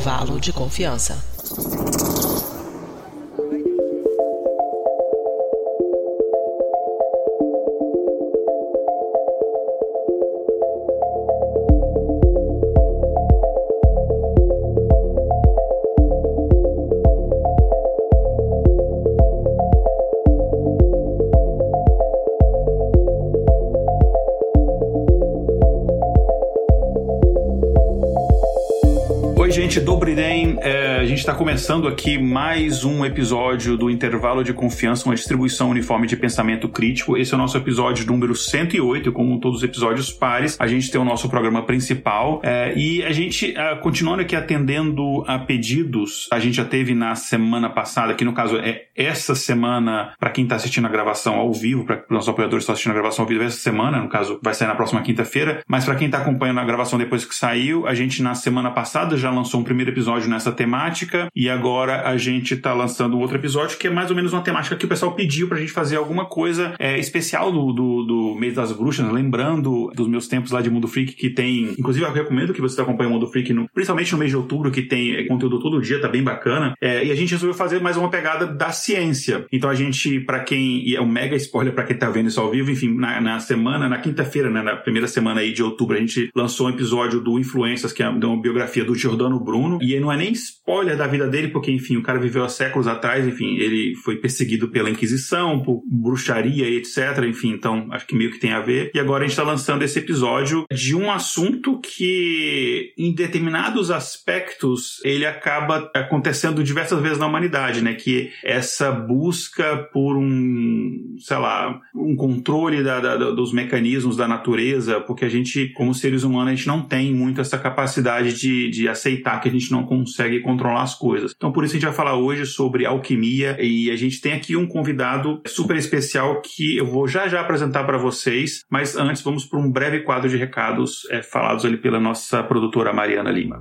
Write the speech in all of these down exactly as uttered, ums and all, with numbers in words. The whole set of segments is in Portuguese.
Intervalo de confiança. Gente, Dobry den, é, a gente está começando aqui mais um episódio do Intervalo de Confiança, uma distribuição uniforme de pensamento crítico. Esse é o nosso episódio número cento e oito, como todos os episódios pares, a gente tem o nosso programa principal é, e a gente, é, continuando aqui atendendo a pedidos, a gente já teve na semana passada, que no caso é essa semana, para quem está assistindo a gravação ao vivo, para os nossos apoiadores que estão assistindo a gravação ao vivo essa semana, no caso vai sair na próxima quinta-feira, mas para quem está acompanhando a gravação depois que saiu, a gente na semana passada já lançou um primeiro episódio nessa temática e agora a gente tá lançando um outro episódio que é mais ou menos uma temática que o pessoal pediu pra gente fazer alguma coisa é, especial do, do, do mês das bruxas, lembrando dos meus tempos lá de Mundo Freak, que tem, inclusive eu recomendo que você acompanhe o Mundo Freak, no, principalmente no mês de outubro, que tem conteúdo todo dia, tá bem bacana, é, e a gente resolveu fazer mais uma pegada da ciência. Então a gente, pra quem, e é um mega spoiler pra quem tá vendo isso ao vivo, enfim, na, na semana, na quinta-feira, né, na primeira semana aí de outubro, a gente lançou um episódio do Influências, que é uma biografia do Giordano Bruno, e não é nem spoiler da vida dele, porque, enfim, o cara viveu há séculos atrás, enfim, ele foi perseguido pela Inquisição, por bruxaria e etcétera, enfim, então, acho que meio que tem a ver. E agora a gente tá lançando esse episódio de um assunto que, em determinados aspectos, ele acaba acontecendo diversas vezes na humanidade, né, que essa busca por um, sei lá, um controle da, da, dos mecanismos da natureza, porque a gente, como seres humanos, a gente não tem muito essa capacidade de, de aceitar que a gente não consegue controlar as coisas. Então, por isso a gente vai falar hoje sobre alquimia e a gente tem aqui um convidado super especial que eu vou já já apresentar para vocês, mas antes vamos para um breve quadro de recados é, falados ali pela nossa produtora Mariana Lima.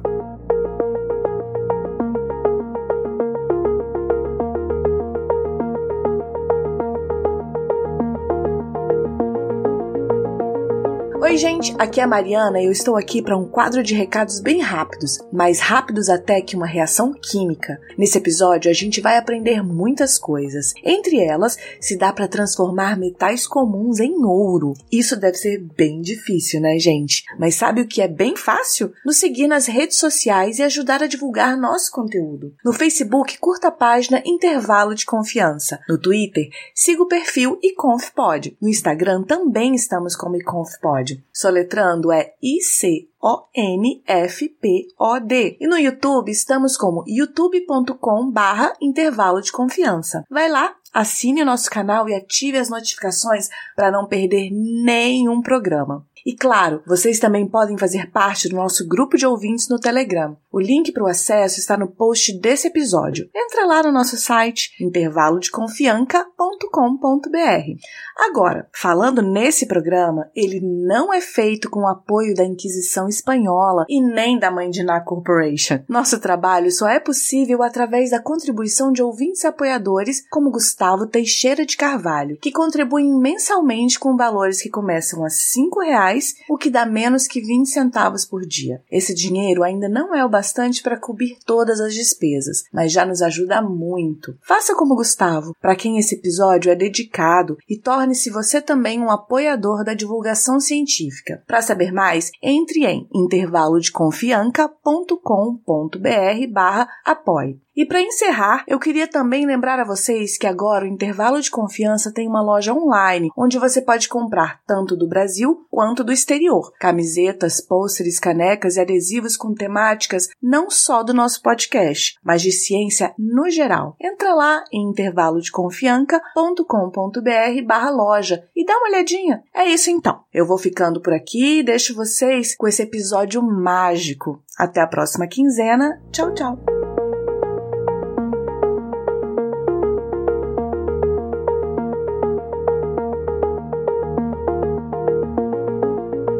Oi gente, aqui é a Mariana e eu estou aqui para um quadro de recados bem rápidos, mais rápidos até que uma reação química. Nesse episódio a gente vai aprender muitas coisas, entre elas se dá para transformar metais comuns em ouro. Isso deve ser bem difícil, né gente? Mas sabe o que é bem fácil? Nos seguir nas redes sociais e ajudar a divulgar nosso conteúdo. No Facebook, curta a página Intervalo de Confiança. No Twitter, siga o perfil iconfpod. No Instagram também estamos como iconfpod. Soletrando é I C O N F P O D. E no YouTube estamos como youtube ponto com barra intervalo de confiança. Vai lá, assine o nosso canal e ative as notificações para não perder nenhum programa. E claro, vocês também podem fazer parte do nosso grupo de ouvintes no Telegram. O link para o acesso está no post desse episódio. Entra lá no nosso site intervalo de confianca ponto com ponto b r. Agora, falando nesse programa, ele não é feito com o apoio da Inquisição Espanhola e nem da Mãe de Ná Corporation. Nosso trabalho só é possível através da contribuição de ouvintes apoiadores como Gustavo Teixeira de Carvalho, que contribuem mensalmente com valores que começam a cinco reais, o que dá menos que vinte centavos por dia. Esse dinheiro ainda não é o bastante para cobrir todas as despesas, mas já nos ajuda muito. Faça como Gustavo, para quem esse episódio é dedicado, e torne-se você também um apoiador da divulgação científica. Para saber mais, entre em intervalo de confianca ponto com ponto b r barra apoie. E para encerrar, eu queria também lembrar a vocês que agora o Intervalo de Confiança tem uma loja online, onde você pode comprar tanto do Brasil quanto do exterior. Camisetas, pôsteres, canecas e adesivos com temáticas não só do nosso podcast, mas de ciência no geral. Entra lá em intervalo de confianca ponto com ponto b r barra loja e dá uma olhadinha. É isso então. Eu vou ficando por aqui e deixo vocês com esse episódio mágico. Até a próxima quinzena. Tchau, tchau.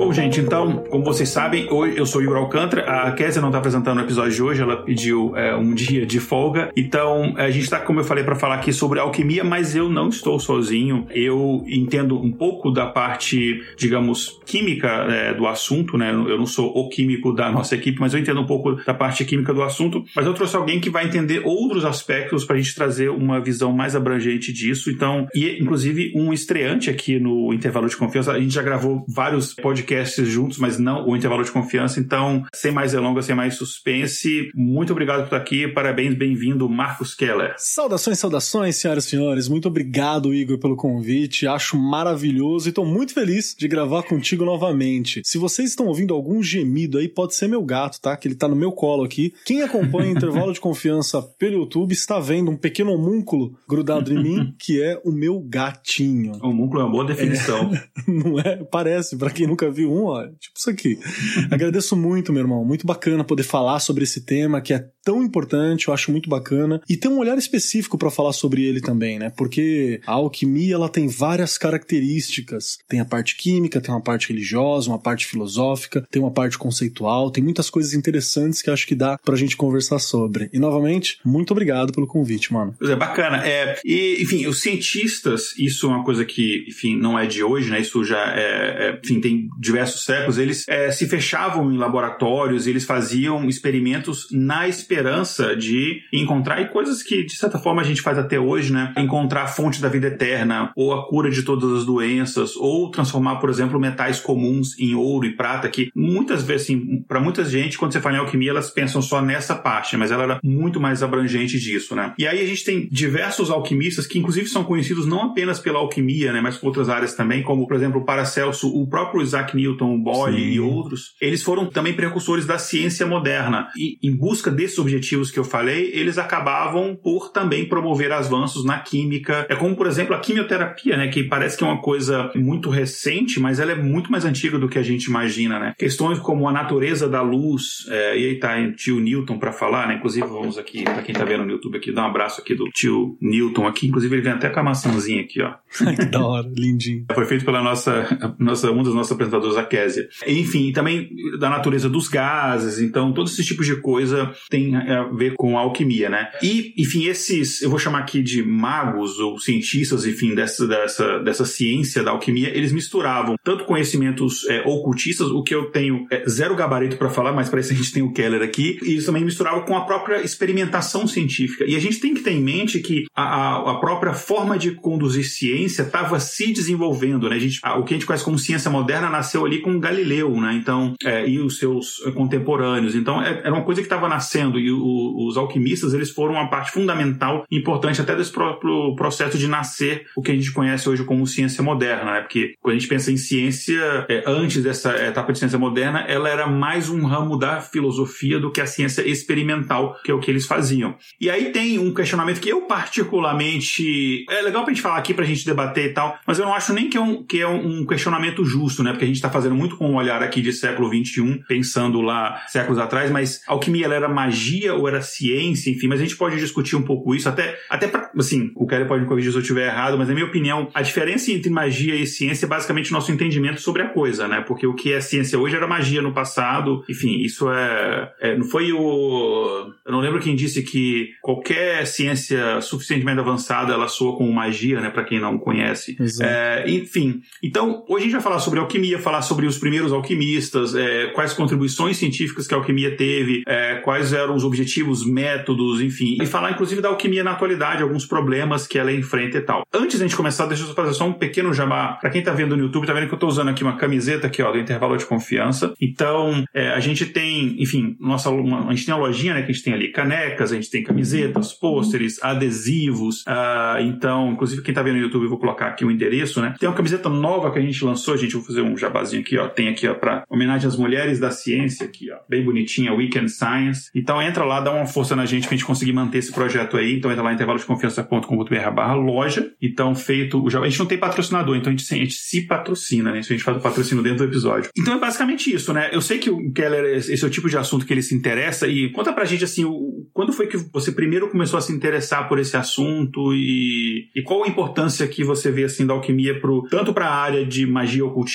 Bom, gente, então, como vocês sabem, hoje eu sou o Igor Alcântara, a Kézia não está apresentando o episódio de hoje, ela pediu é, um dia de folga, então a gente está, como eu falei, para falar aqui sobre alquimia, mas eu não estou sozinho, eu entendo um pouco da parte, digamos, química é, do assunto, né, eu não sou o químico da nossa equipe, mas eu entendo um pouco da parte química do assunto, mas eu trouxe alguém que vai entender outros aspectos para a gente trazer uma visão mais abrangente disso, então, e inclusive um estreante aqui no Intervalo de Confiança, a gente já gravou vários podcasts juntos, mas não o Intervalo de Confiança, então, sem mais delongas, sem mais suspense, muito obrigado por estar aqui, parabéns, bem-vindo, Marcos Keller. Saudações, saudações, senhoras e senhores, muito obrigado, Igor, pelo convite, acho maravilhoso e estou muito feliz de gravar contigo novamente. Se vocês estão ouvindo algum gemido aí, pode ser meu gato, tá? Que ele tá no meu colo aqui. Quem acompanha o Intervalo de Confiança pelo YouTube está vendo um pequeno homúnculo grudado em mim, que é o meu gatinho. O homúnculo é uma boa definição. É, não é? Parece, pra quem nunca viu um, ó, tipo isso aqui. Agradeço muito, meu irmão, muito bacana poder falar sobre esse tema que é tão importante, eu acho muito bacana, e ter um olhar específico pra falar sobre ele também, né? Porque a alquimia, ela tem várias características. Tem a parte química, tem uma parte religiosa, uma parte filosófica, tem uma parte conceitual, tem muitas coisas interessantes que acho que dá pra gente conversar sobre. E, novamente, muito obrigado pelo convite, mano. Pois é, bacana. É, e, enfim, os cientistas, isso é uma coisa que, enfim, não é de hoje, né? Isso já é, é enfim, tem diversos séculos. Eles é, se fechavam em laboratórios, eles faziam experimentos na esperança de encontrar, e coisas que, de certa forma, a gente faz até hoje, né? Encontrar a fonte da vida eterna, ou a cura de todas as doenças, ou transformar, por exemplo, metais comuns em ouro e prata, que muitas vezes, assim, para muita gente, quando você fala em alquimia, elas pensam só nessa parte, mas ela era muito mais abrangente disso, né? E aí a gente tem diversos alquimistas que, inclusive, são conhecidos não apenas pela alquimia, né? Mas por outras áreas também, como, por exemplo, o Paracelso, o próprio Isaac Newton, o Boyle Sim. e outros, eles foram também precursores da ciência moderna. E em busca desses objetivos que eu falei, eles acabavam por também promover avanços na química. É como, por exemplo, a quimioterapia, né? Que parece que é uma coisa muito recente, mas ela é muito mais antiga do que a gente imagina, né? Questões como a natureza da luz, é, e aí tá o tio Newton para falar, né? Inclusive, vamos aqui, para quem tá vendo no YouTube aqui, dar um abraço aqui do tio Newton aqui. Inclusive, ele vem até com a maçãzinha aqui, ó. Que da hora, lindinho. Foi feito pela nossa, nossa um dos nossos apresentadores, a Kézia. Enfim, também da natureza dos gases, então, todos esses tipos de coisa tem a ver com a alquimia, né? E, enfim, esses, eu vou chamar aqui de magos ou cientistas, enfim, dessa, dessa, dessa ciência da alquimia, eles misturavam tanto conhecimentos é, ocultistas, o que eu tenho é, zero gabarito para falar, mas parece que a gente tem o Keller aqui, e eles também misturavam com a própria experimentação científica. E a gente tem que ter em mente que a, a, a própria forma de conduzir ciência estava se desenvolvendo, né? A gente, a, o que a gente conhece como ciência moderna nasceu ali com Galileu, né? Então, é, e os seus contemporâneos. Então, é, era uma coisa que estava nascendo, e o, os alquimistas, eles foram uma parte fundamental, importante até desse próprio processo de nascer o que a gente conhece hoje como ciência moderna, né? Porque quando a gente pensa em ciência, é, antes dessa etapa de ciência moderna, ela era mais um ramo da filosofia do que a ciência experimental, que é o que eles faziam. E aí tem um questionamento que eu particularmente... É legal pra gente falar aqui, pra gente debater e tal, mas eu não acho nem que é um, que é um questionamento justo, né? Porque a gente tá fazendo muito com um olhar aqui de século vinte e um, pensando lá séculos atrás, mas a alquimia, ela era magia ou era ciência, enfim, mas a gente pode discutir um pouco isso, até, até pra, assim, o Kelly pode me corrigir se eu estiver errado, mas na minha opinião, a diferença entre magia e ciência é basicamente o nosso entendimento sobre a coisa, né? Porque o que é ciência hoje era magia no passado, enfim, isso é... é não foi o... Eu não lembro quem disse que qualquer ciência suficientemente avançada, ela soa como magia, né? Pra quem não conhece. É, enfim, então, hoje a gente vai falar sobre alquimia, falar sobre os primeiros alquimistas, é, quais contribuições científicas que a alquimia teve, é, quais eram os objetivos, métodos, enfim, e falar inclusive da alquimia na atualidade, alguns problemas que ela enfrenta e tal. Antes da gente começar, deixa eu fazer só um pequeno jabá. Pra quem tá vendo no YouTube, tá vendo que eu tô usando aqui uma camiseta aqui, ó, do Intervalo de Confiança. Então, é, a gente tem, enfim, nossa, uma, a gente tem uma lojinha, né, que a gente tem ali canecas, a gente tem camisetas, pôsteres, adesivos, uh, então, inclusive quem tá vendo no YouTube, eu vou colocar aqui o endereço, né. Tem uma camiseta nova que a gente lançou, gente, vou fazer um jabazinho aqui, ó, tem aqui, ó, pra homenagem às mulheres da ciência aqui, ó, bem bonitinha, Weekend Science. Então, entra lá, dá uma força na gente pra gente conseguir manter esse projeto aí. Então, entra lá em intervalo de confiança ponto com ponto b r barra loja. Então, feito o jabá. A gente não tem patrocinador, então a gente, a gente se patrocina, né? Isso a gente faz o patrocínio dentro do episódio. Então, é basicamente isso, né? Eu sei que o Keller, esse é o tipo de assunto que ele se interessa, e conta pra gente, assim, o, quando foi que você primeiro começou a se interessar por esse assunto e, e qual a importância que você vê, assim, da alquimia pro, tanto pra área de magia e ocultismo,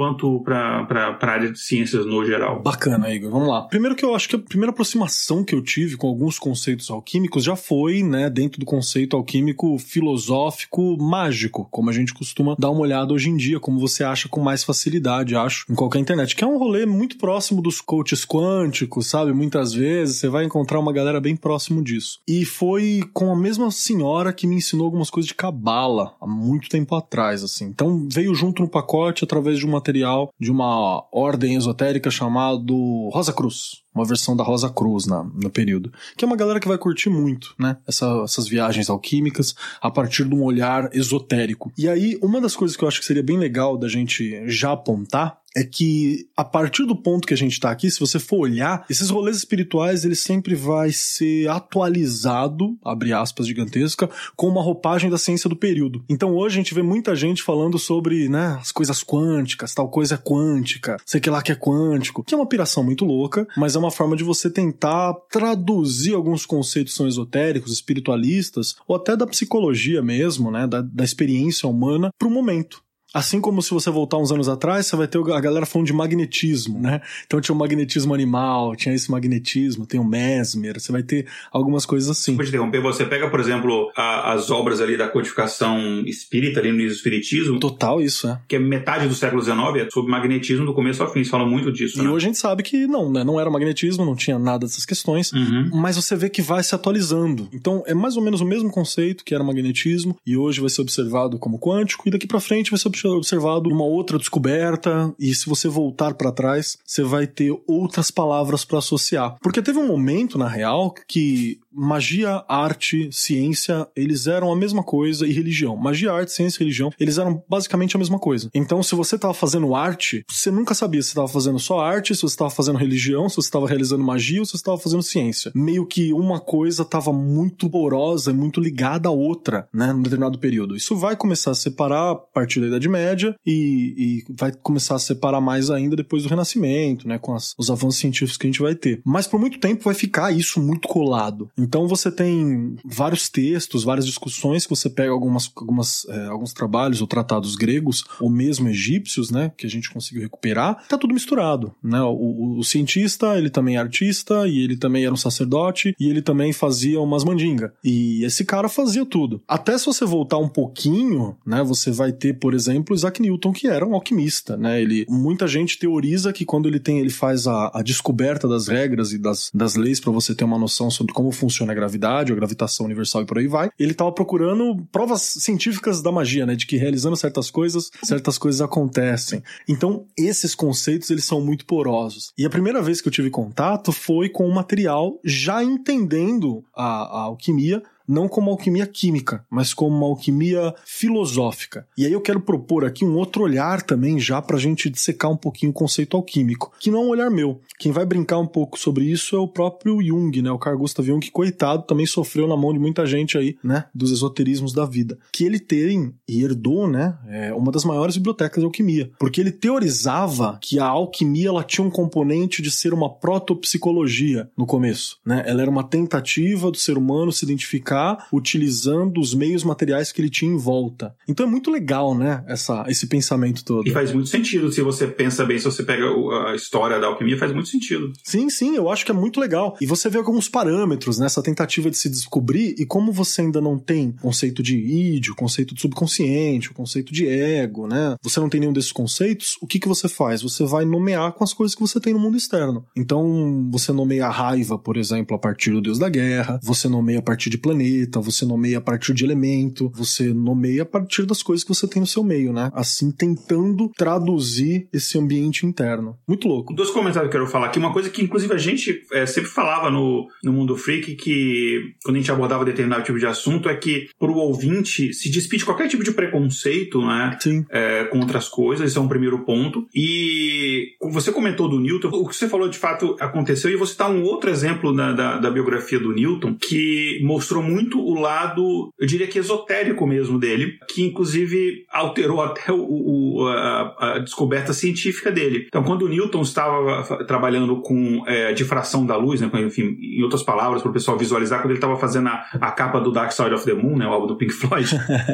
quanto para a área de ciências no geral. Bacana, Igor. Vamos lá. Primeiro que eu acho que a primeira aproximação que eu tive com alguns conceitos alquímicos já foi, né, dentro do conceito alquímico filosófico mágico, como a gente costuma dar uma olhada hoje em dia, como você acha com mais facilidade, acho, em qualquer internet, que é um rolê muito próximo dos coaches quânticos, sabe? Muitas vezes você vai encontrar uma galera bem próximo disso. E foi com a mesma senhora que me ensinou algumas coisas de cabala há muito tempo atrás, assim. Então veio junto no pacote através de um material de uma ordem esotérica chamado Rosa Cruz. Uma versão da Rosa Cruz na, no período. Que é uma galera que vai curtir muito, né? Essa, essas viagens alquímicas a partir de um olhar esotérico. E aí, uma das coisas que eu acho que seria bem legal da gente já apontar é que, a partir do ponto que a gente tá aqui, se você for olhar, esses rolês espirituais, ele sempre vai ser atualizado, abre aspas gigantesca, com uma roupagem da ciência do período. Então hoje a gente vê muita gente falando sobre, né, as coisas quânticas, tal coisa é quântica, sei que lá que é quântico, que é uma piração muito louca, mas é uma forma de você tentar traduzir alguns conceitos que são esotéricos, espiritualistas, ou até da psicologia mesmo, né, da, da experiência humana, pro momento. Assim como se você voltar uns anos atrás, você vai ter a galera falando de magnetismo, né? Então tinha o magnetismo animal, tinha esse magnetismo, tem o Mesmer, você vai ter algumas coisas assim. Pode interromper, você pega, por exemplo, a, as obras ali da codificação espírita, ali no espiritismo. Total isso, é. Que é metade do século dezenove, é sobre magnetismo do começo ao fim, eles falam muito disso, E né? hoje a gente sabe que não, né? Não era magnetismo, não tinha nada dessas questões, Uhum. mas você vê que vai se atualizando. Então é mais ou menos o mesmo conceito que era magnetismo, e hoje vai ser observado como quântico, e daqui pra frente vai ser observado uma outra descoberta, e se você voltar pra trás, você vai ter outras palavras pra associar. Porque teve um momento, na real, que magia, arte, ciência, eles eram a mesma coisa, e religião. Magia, arte, ciência e religião, eles eram basicamente a mesma coisa. Então, se você tava fazendo arte, você nunca sabia se você tava fazendo só arte, se você tava fazendo religião, se você tava realizando magia ou se você tava fazendo ciência. Meio que uma coisa tava muito porosa, muito ligada à outra, né, num determinado período. Isso vai começar a separar a partir da Idade Média e, e vai começar a separar mais ainda depois do Renascimento, né, com as, os avanços científicos que a gente vai ter. Mas por muito tempo vai ficar isso muito colado. Então você tem vários textos, várias discussões que você pega algumas, algumas, é, alguns trabalhos ou tratados gregos, ou mesmo egípcios, né, que a gente conseguiu recuperar, tá tudo misturado, né? O, o, o cientista, ele também é artista, e ele também era um sacerdote, e ele também fazia umas mandingas. E esse cara fazia tudo. Até se você voltar um pouquinho, né, você vai ter, por exemplo, Isaac Newton, que era um alquimista, né? Ele, muita gente teoriza que quando ele tem, ele faz a, a descoberta das regras e das, das leis para você ter uma noção sobre como funciona a gravidade, a gravitação universal e por aí vai, ele tava procurando provas científicas da magia, né? De que realizando certas coisas, certas coisas acontecem. Então, esses conceitos, eles são muito porosos. E a primeira vez que eu tive contato foi com o material já entendendo a, a alquimia, não como alquimia química, mas como uma alquimia filosófica. E aí eu quero propor aqui um outro olhar também, já pra gente dissecar um pouquinho o conceito alquímico, que não é um olhar meu. Quem vai brincar um pouco sobre isso é o próprio Jung, né? O Carl Gustav Jung, que, coitado, também sofreu na mão de muita gente aí, né? Dos esoterismos da vida. Que ele tem e herdou, né? É uma das maiores bibliotecas de alquimia. Porque ele teorizava que a alquimia, ela tinha um componente de ser uma protopsicologia no começo, né? Ela era uma tentativa do ser humano se identificar utilizando os meios materiais que ele tinha em volta. Então é muito legal, né, essa, esse pensamento todo. E faz muito sentido, se você pensa bem, se você pega a história da alquimia, faz muito sentido. Sim, sim, eu acho que é muito legal. E você vê alguns parâmetros nessa tentativa de se descobrir, e como você ainda não tem conceito de id, o conceito de subconsciente, o conceito de ego, né, você não tem nenhum desses conceitos, o que que você faz? Você vai nomear com as coisas que você tem no mundo externo. Então, você nomeia a raiva, por exemplo, a partir do deus da guerra, você nomeia a partir de planeta, você nomeia a partir de elemento, você nomeia a partir das coisas que você tem no seu meio, né? Assim, tentando traduzir esse ambiente interno. Muito louco. Dois comentários que eu quero falar aqui. Uma coisa que, inclusive, a gente é, sempre falava no, no Mundo Freak, que quando a gente abordava determinado tipo de assunto, é que pro ouvinte se despide de qualquer tipo de preconceito, né? Sim. É, com outras coisas. Esse é um primeiro ponto. E você comentou do Newton, o que você falou de fato aconteceu, e eu vou citar um outro exemplo na, da, da biografia do Newton, que mostrou muito muito o lado, eu diria que esotérico mesmo dele, que inclusive alterou até o, o, a, a descoberta científica dele. Então, quando o Newton estava trabalhando com é, a difração da luz, né, enfim, em outras palavras, para o pessoal visualizar, quando ele estava fazendo a, a capa do Dark Side of the Moon, né, o álbum do Pink Floyd,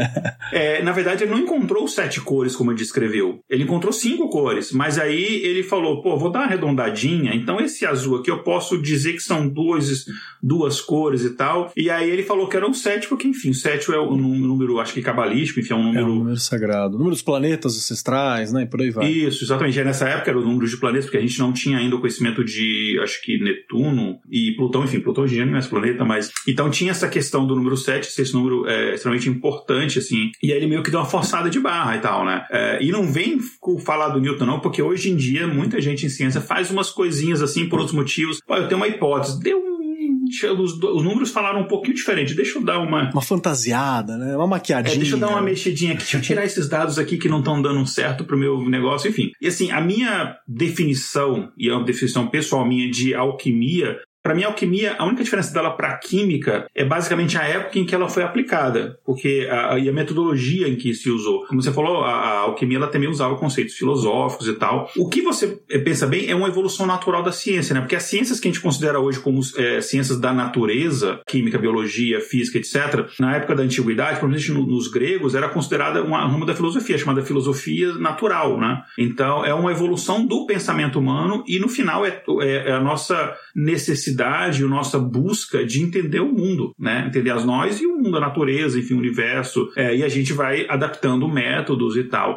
é, na verdade ele não encontrou sete cores como ele descreveu. Ele encontrou cinco cores, mas aí ele falou, pô, vou dar uma arredondadinha, então esse azul aqui eu posso dizer que são duas, duas cores e tal, e aí ele falou que eram sete, porque enfim, sete é um número, acho que cabalístico, enfim, é um número... É um número sagrado. O número dos planetas ancestrais, né, e por aí vai. Isso, exatamente. Já nessa época era o número de planetas, porque a gente não tinha ainda o conhecimento de, acho que Netuno e Plutão, enfim, Plutão hoje em dia não é mais planeta, mas... Então tinha essa questão do número sete, esse número é extremamente importante, assim, e aí ele meio que deu uma forçada de barra e tal, né? É, e não vem falar do Newton, não, porque hoje em dia muita gente em ciência faz umas coisinhas assim por outros motivos. Olha, eu tenho uma hipótese, deu um Os, os números falaram um pouquinho diferente. Deixa eu dar uma... Uma fantasiada, né? Uma maquiadinha. É, deixa eu dar uma mexidinha aqui. Deixa eu tirar esses dados aqui que não estão dando certo pro meu negócio. Enfim. E assim, a minha definição, e é uma definição pessoal minha de alquimia, para mim, a alquimia, a única diferença dela para a química é basicamente a época em que ela foi aplicada, porque a, e a metodologia em que se usou. Como você falou, a, a alquimia ela também usava conceitos filosóficos e tal. O que você pensa bem é uma evolução natural da ciência, né? Porque as ciências que a gente considera hoje como é, ciências da natureza, química, biologia, física, etcétera, na época da antiguidade, provavelmente nos gregos, era considerada uma ramo da filosofia, chamada filosofia natural, né? Então, é uma evolução do pensamento humano e, no final, é, é, é a nossa necessidade, a nossa busca de entender o mundo, né? Entender as nós e o mundo, a natureza, enfim, o universo, é, e a gente vai adaptando métodos e tal.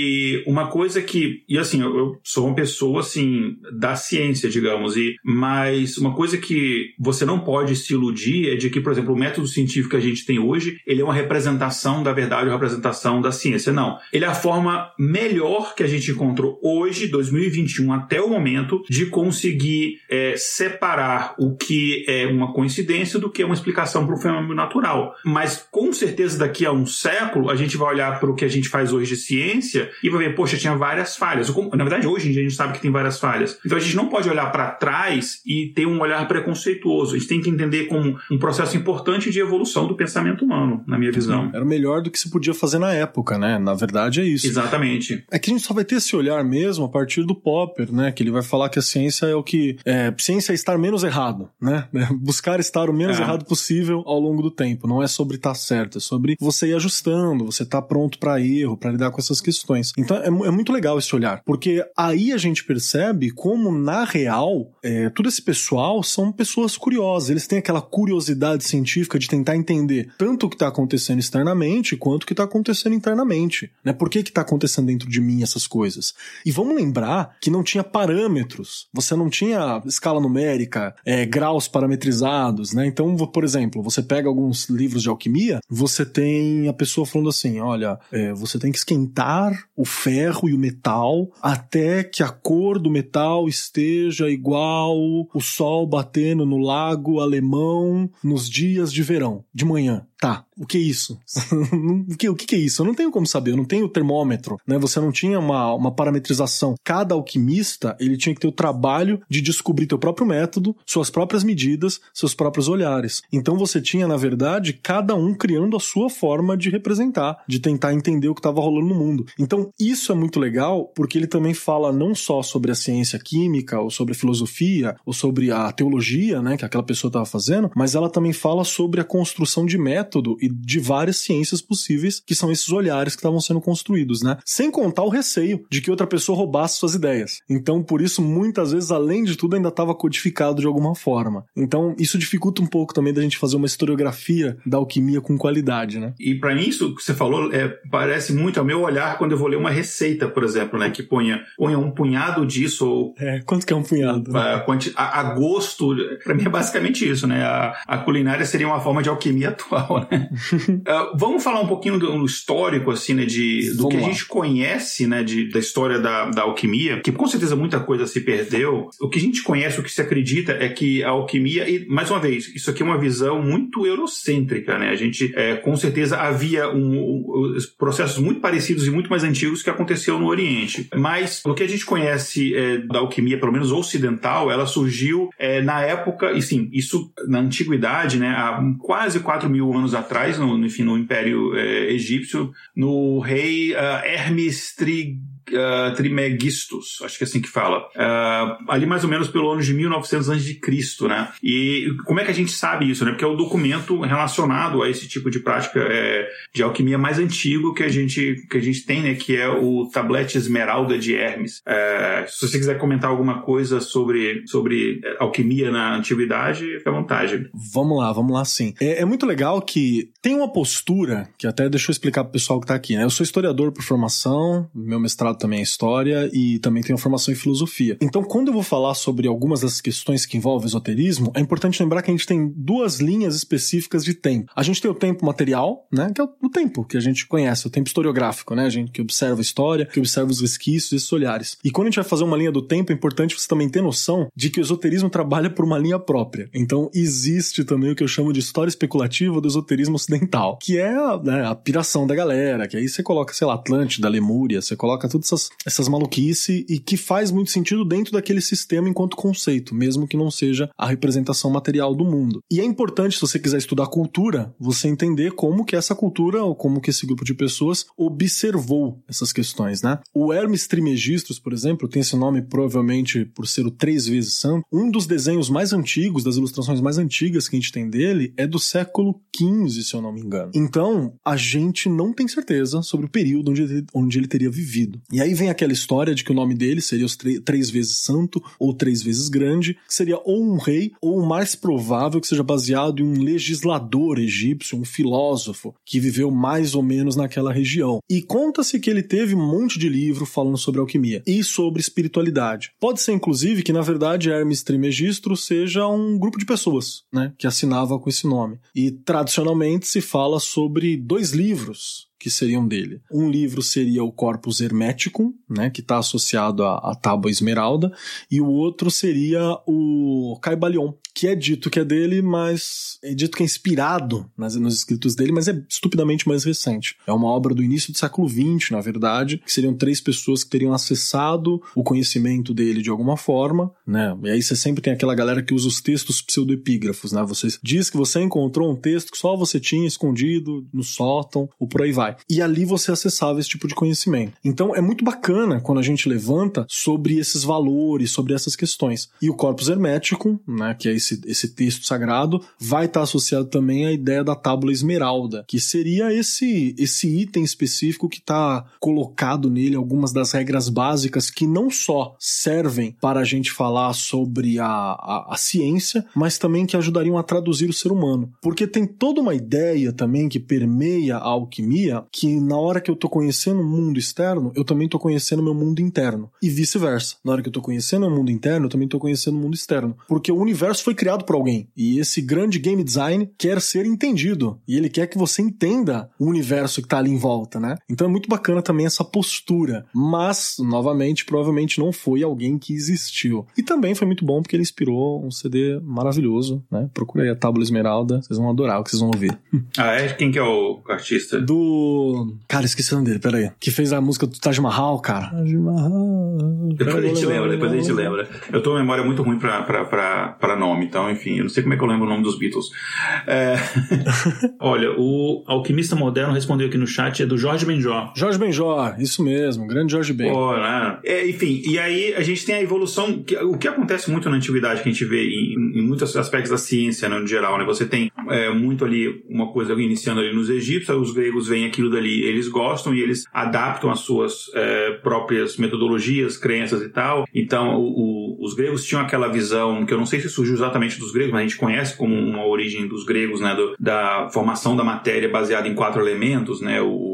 E uma coisa que, e assim, eu, eu sou uma pessoa, assim, da ciência, digamos, e, mas uma coisa que você não pode se iludir é de que, por exemplo, o método científico que a gente tem hoje, ele é uma representação da verdade, uma representação da ciência. Não. Ele é a forma melhor que a gente encontrou hoje, dois mil e vinte e um, até o momento, de conseguir é, separar o que é uma coincidência do que é uma explicação para o fenômeno natural. Mas, com certeza, daqui a um século, a gente vai olhar para o que a gente faz hoje de ciência e vai ver, poxa, tinha várias falhas. Na verdade, hoje em dia, a gente sabe que tem várias falhas. Então, a gente não pode olhar para trás e ter um olhar preconceituoso. A gente tem que entender como um processo importante de evolução do pensamento humano, na minha visão. Era o melhor do que se podia fazer na época, né? Na verdade, é isso. Exatamente. É que a gente só vai ter esse olhar mesmo a partir do Popper, né? Que ele vai falar que a ciência é o que... É, ciência é estar menos errado, né? Buscar estar o menos é. errado possível ao longo do tempo. Não é sobre estar certo, é sobre você ir ajustando, você estar pronto para erro, para lidar com essas questões. Então é, é muito legal esse olhar, porque aí a gente percebe como, na real, é, todo esse pessoal são pessoas curiosas. Eles têm aquela curiosidade científica de tentar entender tanto o que está acontecendo externamente quanto o que está acontecendo internamente, né? Por que que está acontecendo dentro de mim essas coisas? E vamos lembrar que não tinha parâmetros, você não tinha escala numérica, é, graus parametrizados, né? Então, por exemplo, você pega alguns livros de alquimia, você tem a pessoa falando assim, olha, é, você tem que esquentar o ferro e o metal até que a cor do metal esteja igual o sol batendo no lago alemão nos dias de verão, de manhã. Tá, o que é isso? o, que, o que é isso? Eu não tenho como saber, eu não tenho termômetro, né? Você não tinha uma, uma parametrização. Cada alquimista, ele tinha que ter o trabalho de descobrir teu próprio método, suas próprias medidas, seus próprios olhares. Então você tinha, na verdade, cada um criando a sua forma de representar, de tentar entender o que estava rolando no mundo. Então isso é muito legal, porque ele também fala não só sobre a ciência química, ou sobre a filosofia, ou sobre a teologia, né, que aquela pessoa estava fazendo, mas ela também fala sobre a construção de métodos e de várias ciências possíveis, que são esses olhares que estavam sendo construídos, né? Sem contar o receio de que outra pessoa roubasse suas ideias. Então, por isso, muitas vezes, além de tudo, ainda estava codificado de alguma forma. Então, isso dificulta um pouco também da gente fazer uma historiografia da alquimia com qualidade, né? E para mim, isso que você falou é, parece muito ao meu olhar quando eu vou ler uma receita, por exemplo, né? Que ponha, ponha um punhado disso ou... É, quanto que é um punhado? A, a, a gosto, para mim é basicamente isso, né? A, a culinária seria uma forma de alquimia atual, né? uh, vamos falar um pouquinho do histórico, assim, né, de, do vamos que lá. A gente conhece, né, de, da história da, da alquimia, que com certeza muita coisa se perdeu. O que a gente conhece, o que se acredita é que a alquimia, e mais uma vez, isso aqui é uma visão muito eurocêntrica, né? A gente, é, com certeza, havia um, um, processos muito parecidos e muito mais antigos que aconteceu no Oriente. Mas o que a gente conhece é, da alquimia, pelo menos ocidental, ela surgiu é, na época, e sim, isso na antiguidade, né, há quase quatro mil anos atrás, no, enfim, no Império é, Egípcio, no rei uh, Hermes Trig... Uh, Trimegistus, acho que é assim que fala, uh, ali mais ou menos pelo ano de mil e novecentos antes de Cristo, né? E como é que a gente sabe isso, né? Porque é o documento relacionado a esse tipo de prática é, de alquimia mais antigo que a gente, que a gente tem, né? Que é o Tablete Esmeralda de Hermes. Uh, se você quiser comentar alguma coisa sobre, sobre alquimia na antiguidade, fica à vontade. Vamos lá, vamos lá sim. É, é muito legal que tem uma postura, que até deixa eu explicar pro pessoal que tá aqui, né? Eu sou historiador por formação, meu mestrado também é história e também tenho formação em filosofia. Então, quando eu vou falar sobre algumas das questões que envolvem esoterismo, é importante lembrar que a gente tem duas linhas específicas de tempo. A gente tem o tempo material, né, que é o tempo que a gente conhece, o tempo historiográfico, né, a gente que observa a história, que observa os resquícios e esses olhares. E quando a gente vai fazer uma linha do tempo, é importante você também ter noção de que o esoterismo trabalha por uma linha própria. Então, existe também o que eu chamo de história especulativa do esoterismo ocidental, que é a, né, a piração da galera, que aí você coloca, sei lá, Atlântida, Lemúria, você coloca tudo essas, essas maluquices e que faz muito sentido dentro daquele sistema enquanto conceito, mesmo que não seja a representação material do mundo. E é importante, se você quiser estudar cultura, você entender como que essa cultura, ou como que esse grupo de pessoas observou essas questões, né? O Hermes Trismegistus, por exemplo, tem esse nome provavelmente por ser o três vezes santo. Um dos desenhos mais antigos, das ilustrações mais antigas que a gente tem dele, é do século quinze, se eu não me engano. Então, a gente não tem certeza sobre o período onde ele, onde ele teria vivido. E aí vem aquela história de que o nome dele seria os três vezes santo ou três vezes grande, que seria ou um rei ou o mais provável que seja baseado em um legislador egípcio, um filósofo que viveu mais ou menos naquela região. E conta-se que ele teve um monte de livro falando sobre alquimia e sobre espiritualidade. Pode ser, inclusive, que na verdade Hermes Trismegisto seja um grupo de pessoas, né, que assinava com esse nome. E tradicionalmente se fala sobre dois livros que seriam dele. Um livro seria o Corpus Hermeticum, né, que está associado à, à Tábua Esmeralda, e o outro seria o Caibalion, que é dito que é dele, mas é dito que é inspirado nas, nos escritos dele, mas é estupidamente mais recente. É uma obra do início do século vinte, na verdade, que seriam três pessoas que teriam acessado o conhecimento dele de alguma forma, né? E aí você sempre tem aquela galera que usa os textos pseudoepígrafos, né? Você diz que você encontrou um texto que só você tinha escondido no sótão, ou por aí vai. E ali você acessava esse tipo de conhecimento. Então é muito bacana quando a gente levanta sobre esses valores, sobre essas questões. E o Corpus Hermeticum, né, que é esse, esse texto sagrado, vai estar associado também à ideia da Tábula Esmeralda, que seria esse, esse item específico que está colocado nele algumas das regras básicas que não só servem para a gente falar sobre a, a, a ciência, mas também que ajudariam a traduzir o ser humano. Porque tem toda uma ideia também que permeia a alquimia, que na hora que eu tô conhecendo o mundo externo, eu também tô conhecendo o meu mundo interno. E vice-versa. Na hora que eu tô conhecendo o mundo interno, eu também tô conhecendo o mundo externo. Porque o universo foi criado por alguém. E esse grande game design quer ser entendido. E ele quer que você entenda o universo que tá ali em volta, né? Então é muito bacana também essa postura. Mas, novamente, provavelmente não foi alguém que existiu. E também foi muito bom porque ele inspirou um C D maravilhoso, né? Procura aí a Tábula Esmeralda. Vocês vão adorar o que vocês vão ouvir. Ah, é? Quem que é o artista? Do... Cara, esqueci o nome dele, peraí. Que fez a música do Taj Mahal, cara. Taj Mahal. Depois a gente lembra, depois a gente lembra. Eu tô com memória muito ruim pra, pra, pra, pra nome, então, enfim, eu não sei como é que eu lembro o nome dos Beatles. É... Olha, o alquimista moderno respondeu aqui no chat, é do Jorge Benjor. Jorge Benjor, isso mesmo, grande Jorge Ben. Pô, né? É, enfim, e aí a gente tem a evolução, que, o que acontece muito na antiguidade, que a gente vê em, em muitos aspectos da ciência, né, no geral, né? Você tem é, muito ali uma coisa iniciando ali nos egípcios, aí os gregos veem aquilo dali, eles gostam e eles adaptam as suas é, próprias metodologias, crenças e tal. Então, o, o, os gregos tinham aquela visão, que eu não sei se surgiu exatamente dos gregos, mas a gente conhece como uma origem dos gregos, né, do, da formação da matéria baseada em quatro elementos, né, o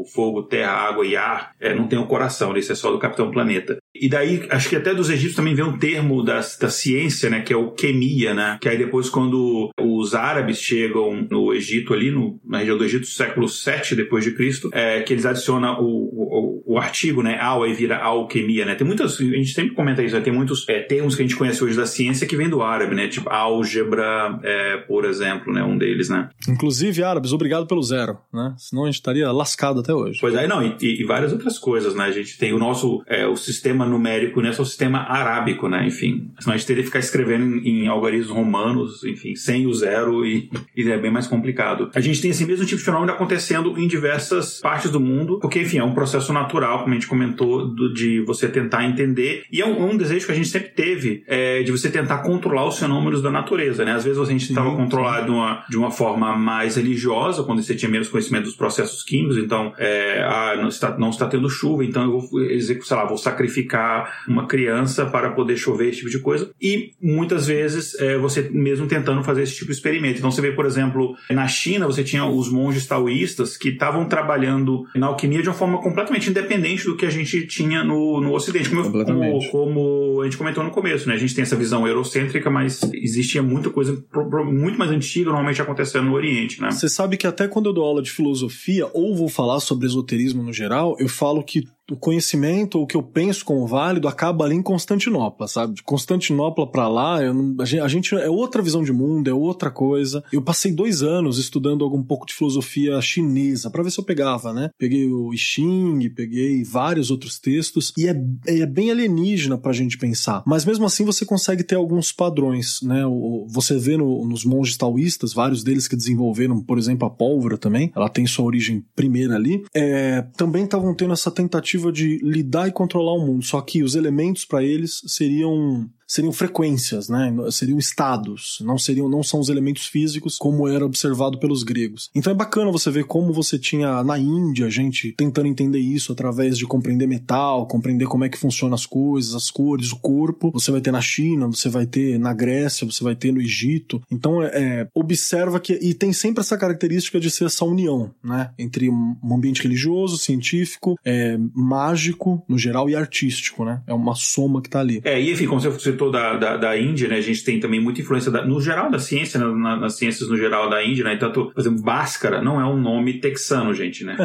fogo, terra, água e ar, é, não tem o coração, isso é só do Capitão Planeta. E daí, acho que até dos egípcios também vem um termo da, da ciência, né, que é o quemia, né, que aí depois quando os árabes chegam no Egito ali, no, na região do Egito, século sete depois de Cristo, é, que eles adicionam o, o, o artigo, né, al, aí vira alquimia, né, tem muitas, a gente sempre comenta isso, né, tem muitos é, termos que a gente conhece hoje da ciência que vem do árabe, né, tipo álgebra, é, por exemplo, né, um deles, né. Inclusive, árabes, obrigado pelo zero, né, senão a gente estaria lascado até hoje. Pois aí, não, e, e várias outras coisas, né, a gente tem o nosso, é, o sistema numérico, né, é o sistema arábico, né, enfim. Senão a gente teria que ficar escrevendo em, em algarismos romanos, enfim, sem o zero e, e é bem mais complicado. A gente tem esse mesmo tipo de fenômeno acontecendo em diversas partes do mundo, porque, enfim, é um processo natural, como a gente comentou, do, de você tentar entender, e é um, um desejo que a gente sempre teve, é, de você tentar controlar os fenômenos da natureza, né. Às vezes a gente estava controlado de uma, de uma forma mais religiosa, quando você tinha menos conhecimento dos processos químicos, então, é, ah, não, está, não está tendo chuva, então eu vou, sei lá, vou sacrificar uma criança para poder chover, esse tipo de coisa. E muitas vezes é, você mesmo tentando fazer esse tipo de experimento. Então você vê, por exemplo, na China você tinha os monges taoístas que estavam trabalhando na alquimia de uma forma completamente independente do que a gente tinha no, no Ocidente. Como, como, como a gente comentou no começo, né? A gente tem essa visão eurocêntrica, mas existia muita coisa muito mais antiga normalmente acontecendo no Oriente, né? Você sabe que até quando eu dou aula de filosofia ou vou falar sobre esoterismo no geral, eu falo que o conhecimento, ou o que eu penso como válido, acaba ali em Constantinopla, sabe? De Constantinopla pra lá, eu não, a, gente, a gente é outra visão de mundo, é outra coisa. Eu passei dois anos estudando algum pouco de filosofia chinesa, pra ver se eu pegava, né? Peguei o I Ching, peguei vários outros textos, e é, é bem alienígena pra gente pensar. Mas mesmo assim você consegue ter alguns padrões, né? O, você vê no, nos monges taoístas, vários deles que desenvolveram, por exemplo, a pólvora também, ela tem sua origem primeira ali, é, também estavam tendo essa tentativa de lidar e controlar o mundo, só que os elementos para eles seriam seriam frequências, né? Seriam estados, não seriam, não são os elementos físicos como era observado pelos gregos. Então é bacana você ver como você tinha na Índia gente tentando entender isso através de compreender metal, compreender como é que funcionam as coisas, as cores, o corpo. Você vai ter na China, você vai ter na Grécia, você vai ter no Egito. Então é, é, observa que, e tem sempre essa característica de ser essa união, né? Entre um ambiente religioso, científico, é, mágico, no geral, e artístico, né? É uma soma que tá ali. É, e enfim, como você Da, da, da Índia, né? A gente tem também muita influência da, no geral da ciência, né? na, nas ciências no geral da Índia, né? Tanto, por exemplo, Bhaskara não é um nome texano, gente, né?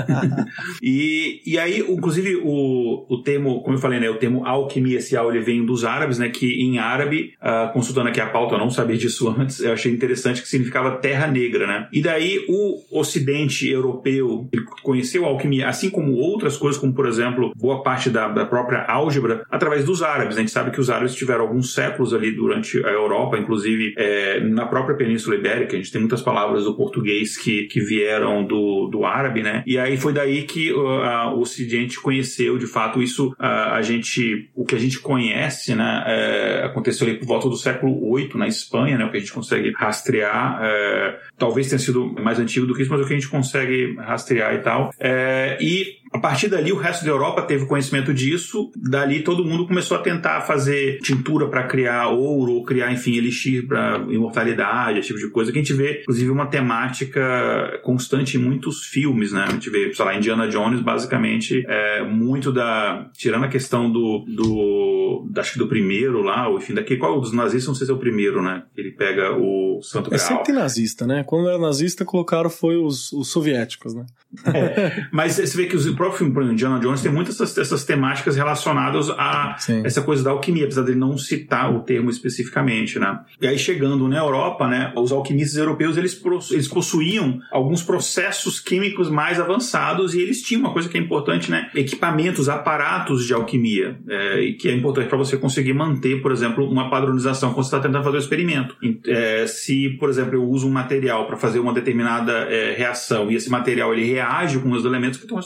e, e aí, inclusive, o, o termo, como eu falei, né? O termo alquimia, esse al, ele vem dos árabes, né? Que em árabe, uh, consultando aqui a pauta, eu não sabia disso antes, eu achei interessante que significava terra negra, né? E daí o ocidente europeu conheceu a alquimia, assim como outras coisas, como, por exemplo, boa parte da, da própria álgebra, através dos árabes. A gente sabe que os árabes tiveram alguns séculos ali durante a Europa, inclusive é, na própria Península Ibérica, a gente tem muitas palavras do português que, que vieram do, do árabe, né? E aí foi daí que uh, o Ocidente conheceu, de fato, isso, uh, a gente, o que a gente conhece, né? É, aconteceu ali por volta do século oito na Espanha, né? O que a gente consegue rastrear, é, talvez tenha sido mais antigo do que isso, mas o que a gente consegue rastrear e tal. É, e a partir dali, o resto da Europa teve conhecimento disso. Dali, todo mundo começou a tentar fazer tintura para criar ouro, ou criar, enfim, elixir para imortalidade, esse tipo de coisa, que a gente vê, inclusive, uma temática constante em muitos filmes, né? A gente vê, sei lá, Indiana Jones, basicamente, é, muito da... Tirando a questão do... do acho que do primeiro lá, ou enfim, daqui, qual dos nazistas, não sei se é o primeiro, né? Ele pega o Santo Graal. É sempre tem nazista, né? Quando era nazista, colocaram foi os, os soviéticos, né? É, mas você vê que os próprio filme, por exemplo, Indiana Jones tem muitas dessas, dessas temáticas relacionadas a Sim. essa coisa da alquimia, apesar dele não citar o termo especificamente, né? E aí, chegando na Europa, né, os alquimistas europeus, eles, eles possuíam alguns processos químicos mais avançados e eles tinham uma coisa que é importante, né? Equipamentos, aparatos de alquimia, é, e que é importante para você conseguir manter, por exemplo, uma padronização quando você está tentando fazer o experimento. É, se, por exemplo, eu uso um material para fazer uma determinada é, reação e esse material ele reage com os elementos que tem um resultado diferente.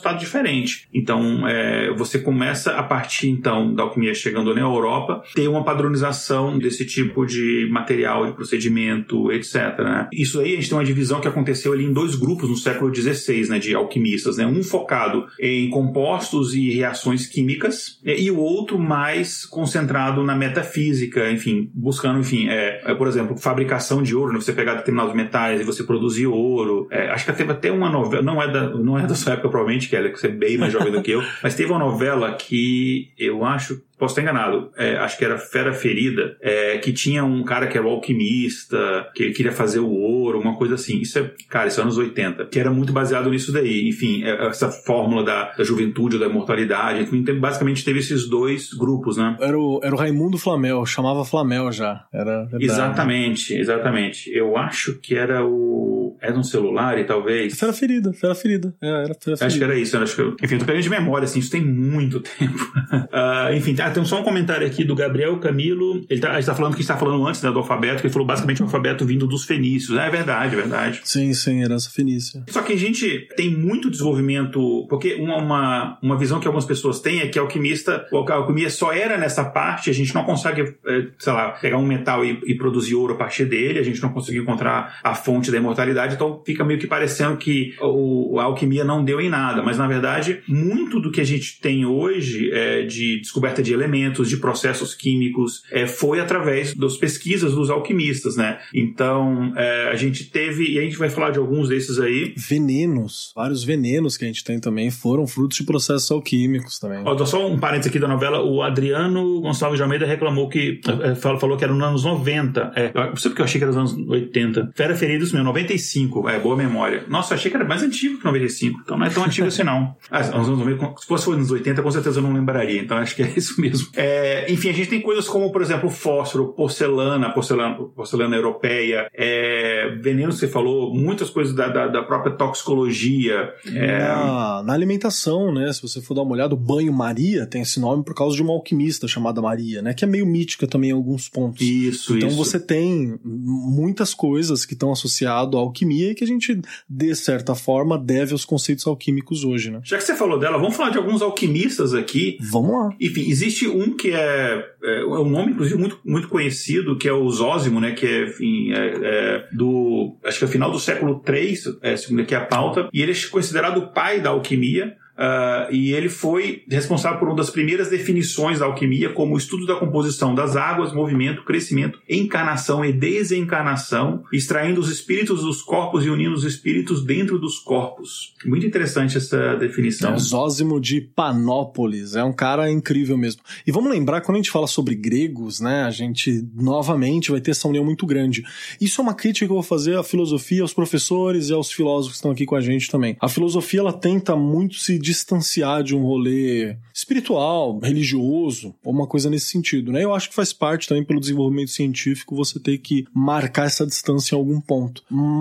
diferente. Então, é, você começa a partir, então, da alquimia chegando na Europa, ter uma padronização desse tipo de material, de procedimento, etcétera. Né? Isso aí, a gente tem uma divisão que aconteceu ali em dois grupos no século dezesseis, né, de alquimistas. Né? Um focado em compostos e reações químicas, e o outro mais concentrado na metafísica, enfim, buscando, enfim, é, é, por exemplo, fabricação de ouro, né? Você pegar determinados metais e você produzir ouro. É, acho que teve até uma novela, não é da, não é da sua época, provavelmente, que você é bem mais jovem do que eu, mas teve uma novela que eu acho... Posso estar enganado, é, acho que era Fera Ferida, é, que tinha um cara que era o alquimista, que ele queria fazer o ouro, uma coisa assim. Isso é, cara, isso é anos oitenta, que era muito baseado nisso daí. Enfim, essa fórmula da, da juventude, da imortalidade. Então, basicamente teve esses dois grupos, né? Era o, era o Raimundo Flamel, chamava Flamel já. Era verdade. Exatamente, exatamente. Eu acho que era o... Era um celular, e talvez... Fera Ferida, Fera Ferida. É, era Fera Ferida. Acho que era isso. Acho que eu... Enfim, eu tô pegando de memória, assim, isso tem muito tempo. uh, enfim, Ah, tem só um comentário aqui do Gabriel Camilo. Ele tá, a gente tá falando que a gente tá falando antes, né, do alfabeto, que ele falou basicamente o alfabeto vindo dos fenícios. É verdade, é verdade. Sim, sim, herança fenícia. Só que a gente tem muito desenvolvimento, porque uma, uma, uma visão que algumas pessoas têm é que a alquimista, a alquimia só era nessa parte, a gente não consegue, sei lá, pegar um metal e, e produzir ouro a partir dele, a gente não conseguiu encontrar a fonte da imortalidade, então fica meio que parecendo que o, a alquimia não deu em nada, mas na verdade, muito do que a gente tem hoje é de descoberta de elementos, de processos químicos, é, foi através das pesquisas dos alquimistas, né? Então, é, a gente teve, e a gente vai falar de alguns desses aí. Venenos, vários venenos que a gente tem também foram frutos de processos alquímicos também. Ó, só um parênteses aqui da novela, o Adriano Gonçalves de Almeida reclamou que, é, falou que era nos anos noventa, é, não sei porque eu achei que era nos anos oitenta. Fera Ferida, isso mesmo, noventa e cinco, é, boa memória. Nossa, eu achei que era mais antigo que noventa e cinco, então não é tão antigo assim não. Ah, se fosse nos oitenta, com certeza eu não lembraria, então acho que é isso mesmo. É, enfim, a gente tem coisas como, por exemplo, fósforo, porcelana, porcelana, porcelana europeia, é, veneno que você falou, muitas coisas da, da, da própria toxicologia. É... Na, na alimentação, né? Se você for dar uma olhada, o banho-maria tem esse nome por causa de uma alquimista chamada Maria, né? Que é meio mítica também em alguns pontos. Isso, então isso. você tem muitas coisas que estão associadas à alquimia e que a gente, de certa forma, deve aos conceitos alquímicos hoje, né? Já que você falou dela, vamos falar de alguns alquimistas aqui. Vamos lá. Enfim, existe um que é, é um nome, inclusive, muito, muito conhecido, que é o Zósimo, né? Que é, enfim, é, é do... Acho que é o final do século três, é, segundo aqui a pauta, e ele é considerado o pai da alquimia. Uh, e ele foi responsável por uma das primeiras definições da alquimia como o estudo da composição das águas, movimento, crescimento, encarnação e desencarnação, extraindo os espíritos dos corpos e unindo os espíritos dentro dos corpos. Muito interessante essa definição. É o Zósimo de Panópolis, é um cara incrível mesmo. E vamos lembrar, quando a gente fala sobre gregos, né, a gente novamente vai ter essa união muito grande. Isso é uma crítica que eu vou fazer à filosofia, aos professores e aos filósofos que estão aqui com a gente também. A filosofia, ela tenta muito se distanciar de um rolê espiritual, religioso, ou uma coisa nesse sentido, né? Eu acho que faz parte também pelo desenvolvimento científico você ter que marcar essa distância em algum ponto.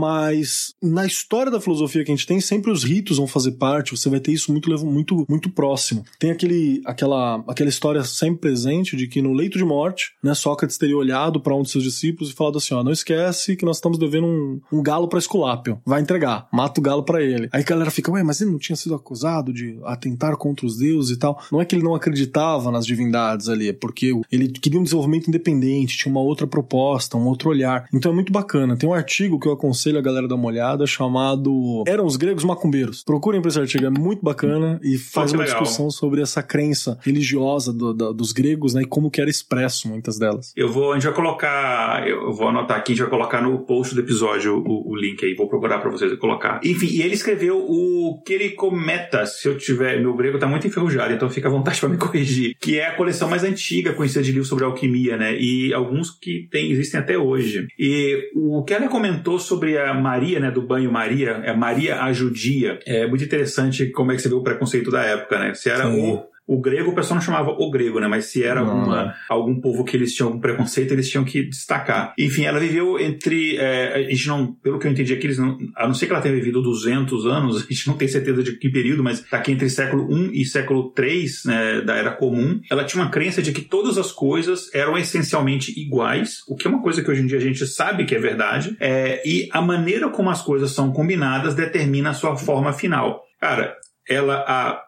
Mas na história da filosofia que a gente tem, sempre os ritos vão fazer parte, você vai ter isso muito, muito, muito próximo. Tem aquele, aquela, aquela história sempre presente de que no leito de morte, né, Sócrates teria olhado para um de seus discípulos e falado assim, ó, não esquece que nós estamos devendo um, um galo para Esculápio, vai entregar, mata o galo para ele. Aí a galera fica, ué, mas ele não tinha sido acusado de atentar contra os deuses e tal. Não é que ele não acreditava nas divindades ali, é porque ele queria um desenvolvimento independente, tinha uma outra proposta, um outro olhar. Então é muito bacana. Tem um artigo que eu aconselho a galera dar uma olhada chamado Eram os Gregos Macumbeiros. Procurem por esse artigo, é muito bacana e faz Pô, uma legal. discussão sobre essa crença religiosa do, do, dos gregos, né, e como que era expresso muitas delas. Eu vou, a gente vai colocar, eu vou anotar aqui, a gente vai colocar no post do episódio o, o link aí, vou procurar pra vocês colocar. Enfim, e ele escreveu o Quericometas, se eu tiver, meu grego tá muito enferrujado, então fica à vontade pra me corrigir, que é a coleção mais antiga conhecida de livros sobre alquimia, né, e alguns que tem, existem até hoje. E o Keller comentou sobre a Maria, né, do banho Maria, é Maria a Judia, é muito interessante como é que você vê o preconceito da época, né, se era Sim. o O grego, o pessoal não chamava o grego, né? Mas se era não, alguma, não. algum povo que eles tinham algum preconceito, eles tinham que destacar. Enfim, ela viveu entre... É, a gente não... Pelo que eu entendi aqui, eles não, a não ser que ela tenha vivido duzentos anos, a gente não tem certeza de que período, mas tá aqui entre século I e século três, né, da Era Comum. Ela tinha uma crença de que todas as coisas eram essencialmente iguais, o que é uma coisa que hoje em dia a gente sabe que é verdade, é, e a maneira como as coisas são combinadas determina a sua forma final. Cara... Ela, a,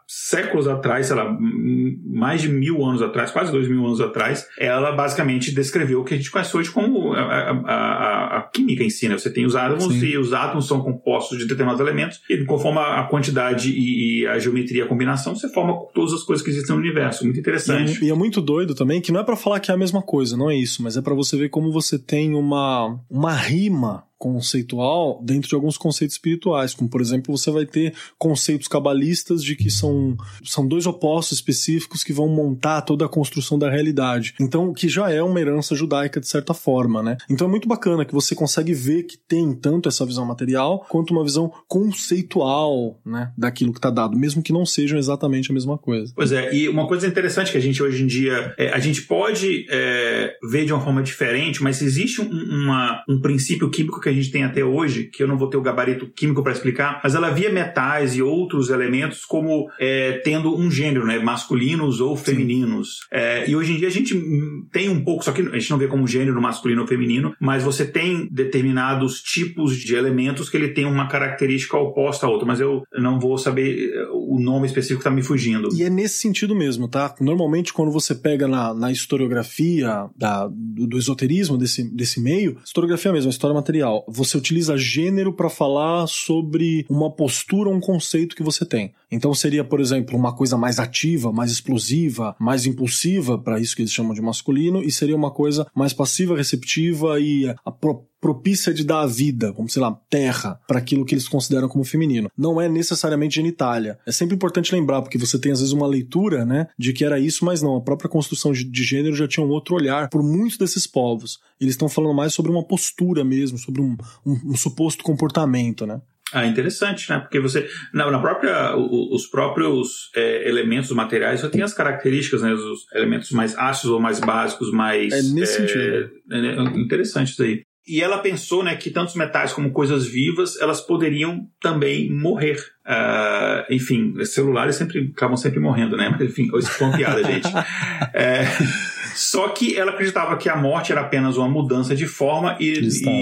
séculos atrás, sei lá, mais de mil anos atrás, quase dois mil anos atrás, ela basicamente descreveu o que a gente conhece hoje como a, a, a, a química em si, né? Você tem os átomos Sim. e os átomos são compostos de determinados elementos e conforme a quantidade e, e a geometria, a combinação, você forma todas as coisas que existem no universo. Muito interessante. E, e é muito doido também, que não é pra falar que é a mesma coisa, não é isso, mas é pra você ver como você tem uma, uma rima conceitual dentro de alguns conceitos espirituais, como por exemplo você vai ter conceitos cabalistas de que são, são dois opostos específicos que vão montar toda a construção da realidade, então que já é uma herança judaica de certa forma, né? Então é muito bacana que você consegue ver que tem tanto essa visão material quanto uma visão conceitual, né, daquilo que está dado, mesmo que não sejam exatamente a mesma coisa. Pois é, e uma coisa interessante que a gente hoje em dia, é, a gente pode é, ver de uma forma diferente, mas existe um, uma, um princípio químico que a gente tem até hoje, que eu não vou ter o gabarito químico para explicar, mas ela via metais e outros elementos como é, tendo um gênero, né, masculinos ou femininos. É, e hoje em dia a gente tem um pouco, só que a gente não vê como gênero masculino ou feminino, mas você tem determinados tipos de elementos que ele tem uma característica oposta a outra, mas eu não vou saber o nome específico que está me fugindo. E é nesse sentido mesmo, tá? Normalmente quando você pega na, na historiografia da, do, do esoterismo desse, desse meio, historiografia mesmo, história material, você utiliza gênero para falar sobre uma postura, um conceito que você tem. Então seria, por exemplo, uma coisa mais ativa, mais explosiva, mais impulsiva, para isso que eles chamam de masculino, e seria uma coisa mais passiva, receptiva e a pro propícia de dar a vida, como, sei lá, terra, para aquilo que eles consideram como feminino. Não é necessariamente genitália. É sempre importante lembrar, porque você tem às vezes uma leitura, né, de que era isso, mas não. A própria construção de, de gênero já tinha um outro olhar por muitos desses povos. Eles estão falando mais sobre uma postura mesmo, sobre um, um, um suposto comportamento, né? Ah, interessante, né? Porque você, na, na própria, os próprios é, elementos materiais já tem as características, né? Os elementos mais ácidos ou mais básicos, mais... É nesse é, sentido. É interessante isso aí. E ela pensou, né, que tanto os metais como coisas vivas, elas poderiam também morrer. Uh, enfim, celulares sempre acabam sempre morrendo, né? Mas enfim, isso foi uma piada, gente. É, só que ela acreditava que a morte era apenas uma mudança de forma e,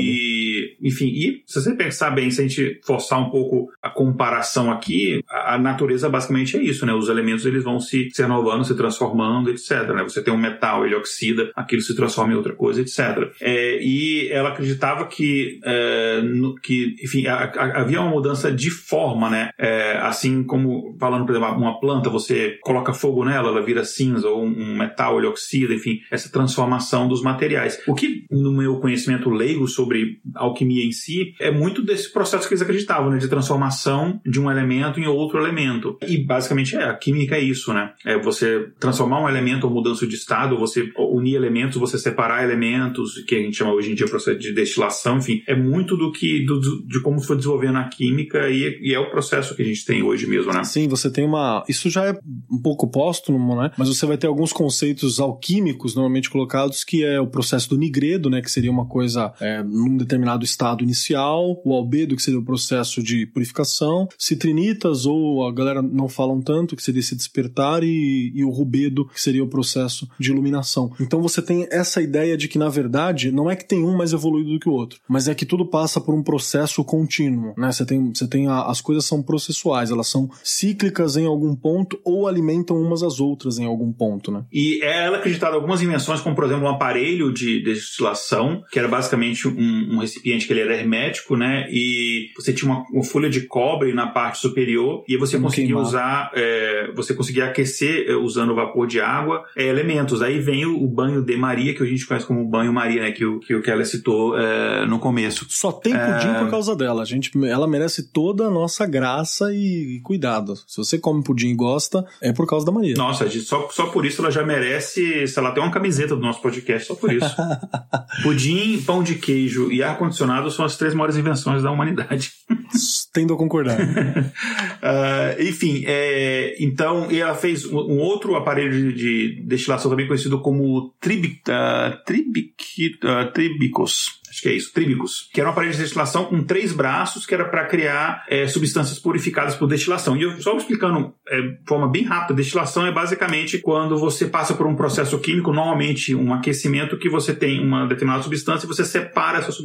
e enfim, e se você pensar bem, se a gente forçar um pouco a comparação aqui, a, a natureza basicamente é isso, né? Os elementos eles vão se, se renovando, se transformando, etcétera. Né? Você tem um metal, ele oxida, aquilo se transforma em outra coisa, etcétera. É, e ela acreditava que, é, no, que enfim, a, a, havia uma mudança de forma, né? É, assim como, falando, por exemplo, uma planta, você coloca fogo nela, ela vira cinza, ou um metal, ele oxida, enfim, essa transformação dos materiais. O que, no meu conhecimento leigo sobre alquimia em si, é muito desse processo que eles acreditavam, né, de transformação de um elemento em outro elemento. E, basicamente, é, a química é isso, né? É você transformar um elemento ou mudança de estado, ou você unir elementos, você separar elementos, que a gente chama hoje em dia processo de destilação, enfim, é muito do que, do, de como foi desenvolvendo a química e, e é o processo que a gente tem hoje mesmo, né? Sim, você tem uma... Isso já é um pouco póstumo, né? Mas você vai ter alguns conceitos alquímicos normalmente colocados, que é o processo do nigredo, né? Que seria uma coisa é, num determinado estado inicial, o albedo, que seria o processo de purificação, citrinitas, ou a galera não falam tanto, que seria esse despertar, e, e o rubedo, que seria o processo de iluminação. Então você tem essa ideia de que, na verdade, não é que tem um mais evoluído do que o outro, mas é que tudo passa por um processo contínuo, né? Você tem, você tem a, as coisas são processuais, elas são cíclicas em algum ponto ou alimentam umas às outras em algum ponto, né? E ela acreditava em algumas invenções, como por exemplo um aparelho de destilação, que era basicamente um, um recipiente que ele era hermético, né? E você tinha uma, uma folha de cobre na parte superior e você Como conseguia queimar. usar, é, você conseguia aquecer é, usando o vapor de água é, elementos. Aí vem o, o banho de Maria, que a gente conhece como banho Maria, né? Que o que, que ela citou é, no começo. Só tem pudim é... por causa dela. A gente, ela merece toda a nossa graça e, e cuidado. Se você come pudim e gosta, é por causa da Maria. Nossa, gente, só, só por isso ela já merece, sei lá, tem uma camiseta do nosso podcast, só por isso. Pudim, pão de queijo e ar-condicionado são as três maiores invenções da humanidade. Tendo a concordar. uh, enfim, é, então, e ela fez um, um outro aparelho de, de destilação também conhecido como tribi, uh, tribic, uh, tribicos. Acho que é isso, tríbicos, que era um aparelho de destilação com três braços, que era para criar é, substâncias purificadas por destilação. E eu só explicando é, de forma bem rápida, destilação é basicamente quando você passa por um processo químico, normalmente um aquecimento, que você tem uma determinada substância e você separa essa substância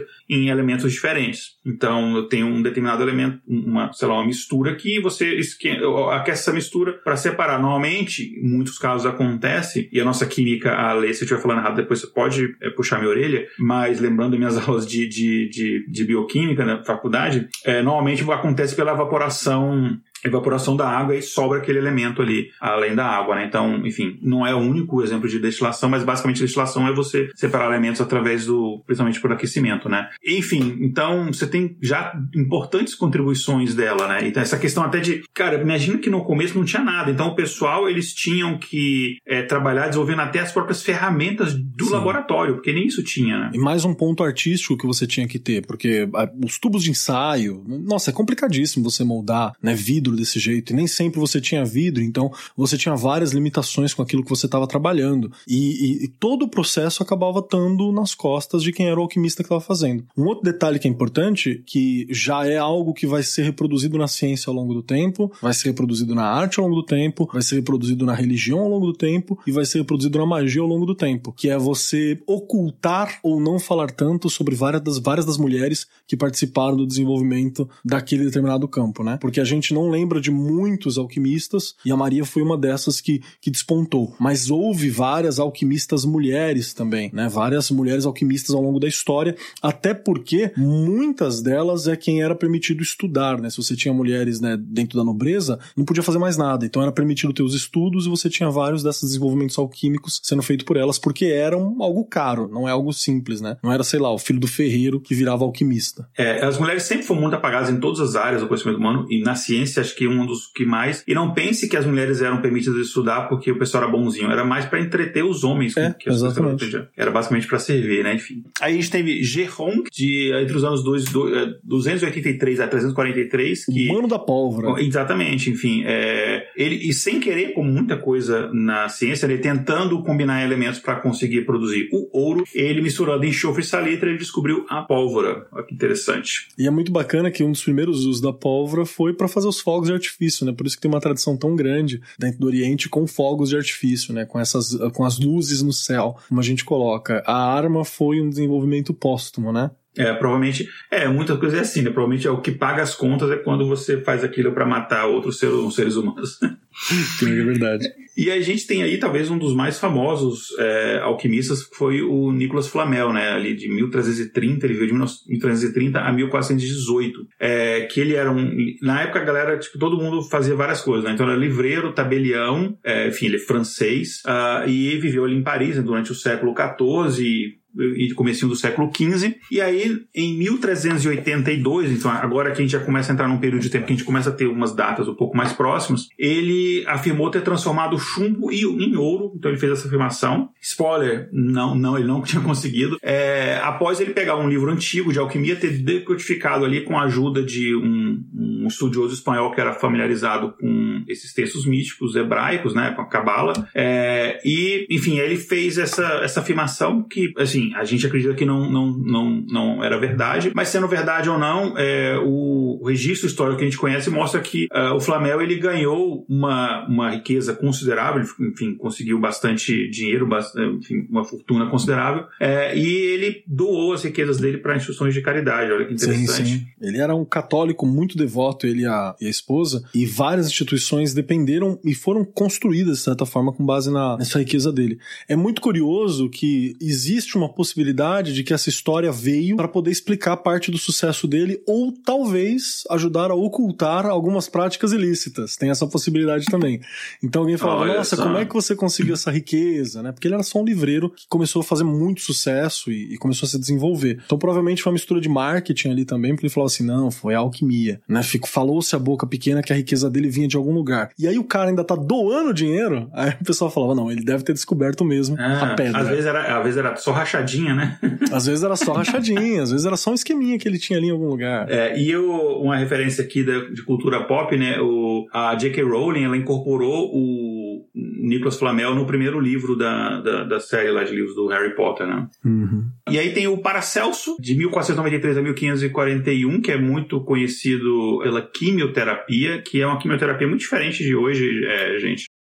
em elementos diferentes. Então, eu tenho um determinado elemento, uma, sei lá, uma mistura que você aquece essa mistura para separar. Normalmente, em muitos casos acontece, e a nossa química, a Lê, se eu estiver falando errado, depois você pode é, puxar minha orelha, mas lembrando minhas aulas de, de, de, de bioquímica na faculdade, é, normalmente acontece pela evaporação evaporação da água e sobra aquele elemento ali, além da água, né? Então, enfim, não é o único exemplo de destilação, mas basicamente destilação é você separar elementos através do, principalmente por aquecimento, né? Enfim, então você tem já importantes contribuições dela, né? Então essa questão até de, cara, imagina que no começo não tinha nada, então o pessoal, eles tinham que é, trabalhar desenvolvendo até as próprias ferramentas do Sim. laboratório, porque nem isso tinha, né? E mais um ponto artístico que você tinha que ter, porque a, os tubos de ensaio, nossa, é complicadíssimo você moldar, né, vidro desse jeito, e nem sempre você tinha vidro, então você tinha várias limitações com aquilo que você estava trabalhando, e, e, e todo o processo acabava estando nas costas de quem era o alquimista que estava fazendo. Um outro detalhe que é importante, que já é algo que vai ser reproduzido na ciência ao longo do tempo, vai ser reproduzido na arte ao longo do tempo, vai ser reproduzido na religião ao longo do tempo, e vai ser reproduzido na magia ao longo do tempo, que é você ocultar ou não falar tanto sobre várias das, várias das mulheres que participaram do desenvolvimento daquele determinado campo, né? Porque a gente não lembra de muitos alquimistas, e a Maria foi uma dessas que, que despontou. Mas houve várias alquimistas mulheres também, né? Várias mulheres alquimistas ao longo da história, até porque muitas delas é quem era permitido estudar, né? Se você tinha mulheres, né, dentro da nobreza, não podia fazer mais nada. Então era permitido ter os estudos, e você tinha vários desses desenvolvimentos alquímicos sendo feitos por elas, porque eram algo caro, não é algo simples, né? Não era, sei lá, o filho do ferreiro que virava alquimista. É, as mulheres sempre foram muito apagadas em todas as áreas do conhecimento humano, e na ciência acho que um dos que mais... E não pense que as mulheres eram permitidas estudar porque o pessoal era bonzinho, era mais para entreter os homens. É, que as exatamente. Pessoas, era basicamente para servir, né? Enfim. Aí a gente teve Geron, de, entre os anos dois, do, duzentos e oitenta e três a trezentos e quarenta e três. Que, o mano da pólvora. Exatamente, enfim. É, ele, e sem querer, como muita coisa na ciência, ele tentando combinar elementos para conseguir produzir o ouro, ele misturando enxofre e salitre, ele descobriu a pólvora. Olha que interessante. E é muito bacana que um dos primeiros usos da pólvora foi para fazer os fogos de artifício, né? Por isso que tem uma tradição tão grande dentro do Oriente com fogos de artifício, né? Com essas, com as luzes no céu, como a gente coloca. A arma foi um desenvolvimento póstumo, né? É, provavelmente, é, muitas coisas é assim, né? Provavelmente é o que paga as contas é quando você faz aquilo para matar outros seres, seres humanos. Sim, é verdade. E a gente tem aí, talvez, um dos mais famosos é, alquimistas, que foi o Nicolas Flamel, né? Ali de mil trezentos e trinta, ele veio de mil trezentos e trinta a mil quatrocentos e dezoito. É, que ele era um... Na época, a galera, tipo, todo mundo fazia várias coisas, né? Então, ele era livreiro, tabelião, é, enfim, ele é francês, uh, e viveu ali em Paris, né, durante o século quatorze, e comecinho do século quinze, e aí em mil trezentos e oitenta e dois, então agora que a gente já começa a entrar num período de tempo que a gente começa a ter umas datas um pouco mais próximas, ele afirmou ter transformado chumbo em ouro, então ele fez essa afirmação. Spoiler, não, não ele não tinha conseguido. É, após ele pegar um livro antigo de alquimia, ter decodificado ali com a ajuda de um, um estudioso espanhol que era familiarizado com esses textos místicos hebraicos, né, com a Cabala, é, e enfim, ele fez essa, essa afirmação que, assim, a gente acredita que não, não, não, não era verdade, mas sendo verdade ou não, é, o, o registro histórico que a gente conhece mostra que uh, o Flamel ele ganhou uma, uma riqueza considerável, enfim, conseguiu bastante dinheiro, bastante, enfim, uma fortuna considerável, é, e ele doou as riquezas dele para instituições de caridade. Olha que interessante. Sim, sim. Ele era um católico muito devoto, ele e a, e a esposa, e várias instituições dependeram e foram construídas, de certa forma, com base na, nessa riqueza dele. É muito curioso que existe uma possibilidade de que essa história veio para poder explicar parte do sucesso dele ou talvez ajudar a ocultar algumas práticas ilícitas. Tem essa possibilidade também. Então alguém falava, Olha nossa, só. Como é que você conseguiu essa riqueza? Né? Porque ele era só um livreiro que começou a fazer muito sucesso e, e começou a se desenvolver. Então provavelmente foi uma mistura de marketing ali também, porque ele falou assim, não, foi a alquimia. Né? Falou-se a boca pequena que a riqueza dele vinha de algum lugar. E aí o cara ainda tá doando dinheiro, aí o pessoal falava, não, ele deve ter descoberto mesmo ah, a pedra. Às vezes era, às vezes era só rachadinha, né? Às vezes era só rachadinha, às vezes era só um esqueminha que ele tinha ali em algum lugar. É, e eu, uma referência aqui da, de cultura pop, né? O, a J K. Rowling, ela incorporou o Nicolas Flamel no primeiro livro da, da, da série lá de livros do Harry Potter, né? Uhum. E aí tem o Paracelso, de mil quatrocentos e noventa e três a mil quinhentos e quarenta e um, que é muito conhecido pela quimioterapia, que é uma quimioterapia muito diferente de hoje, é, gente.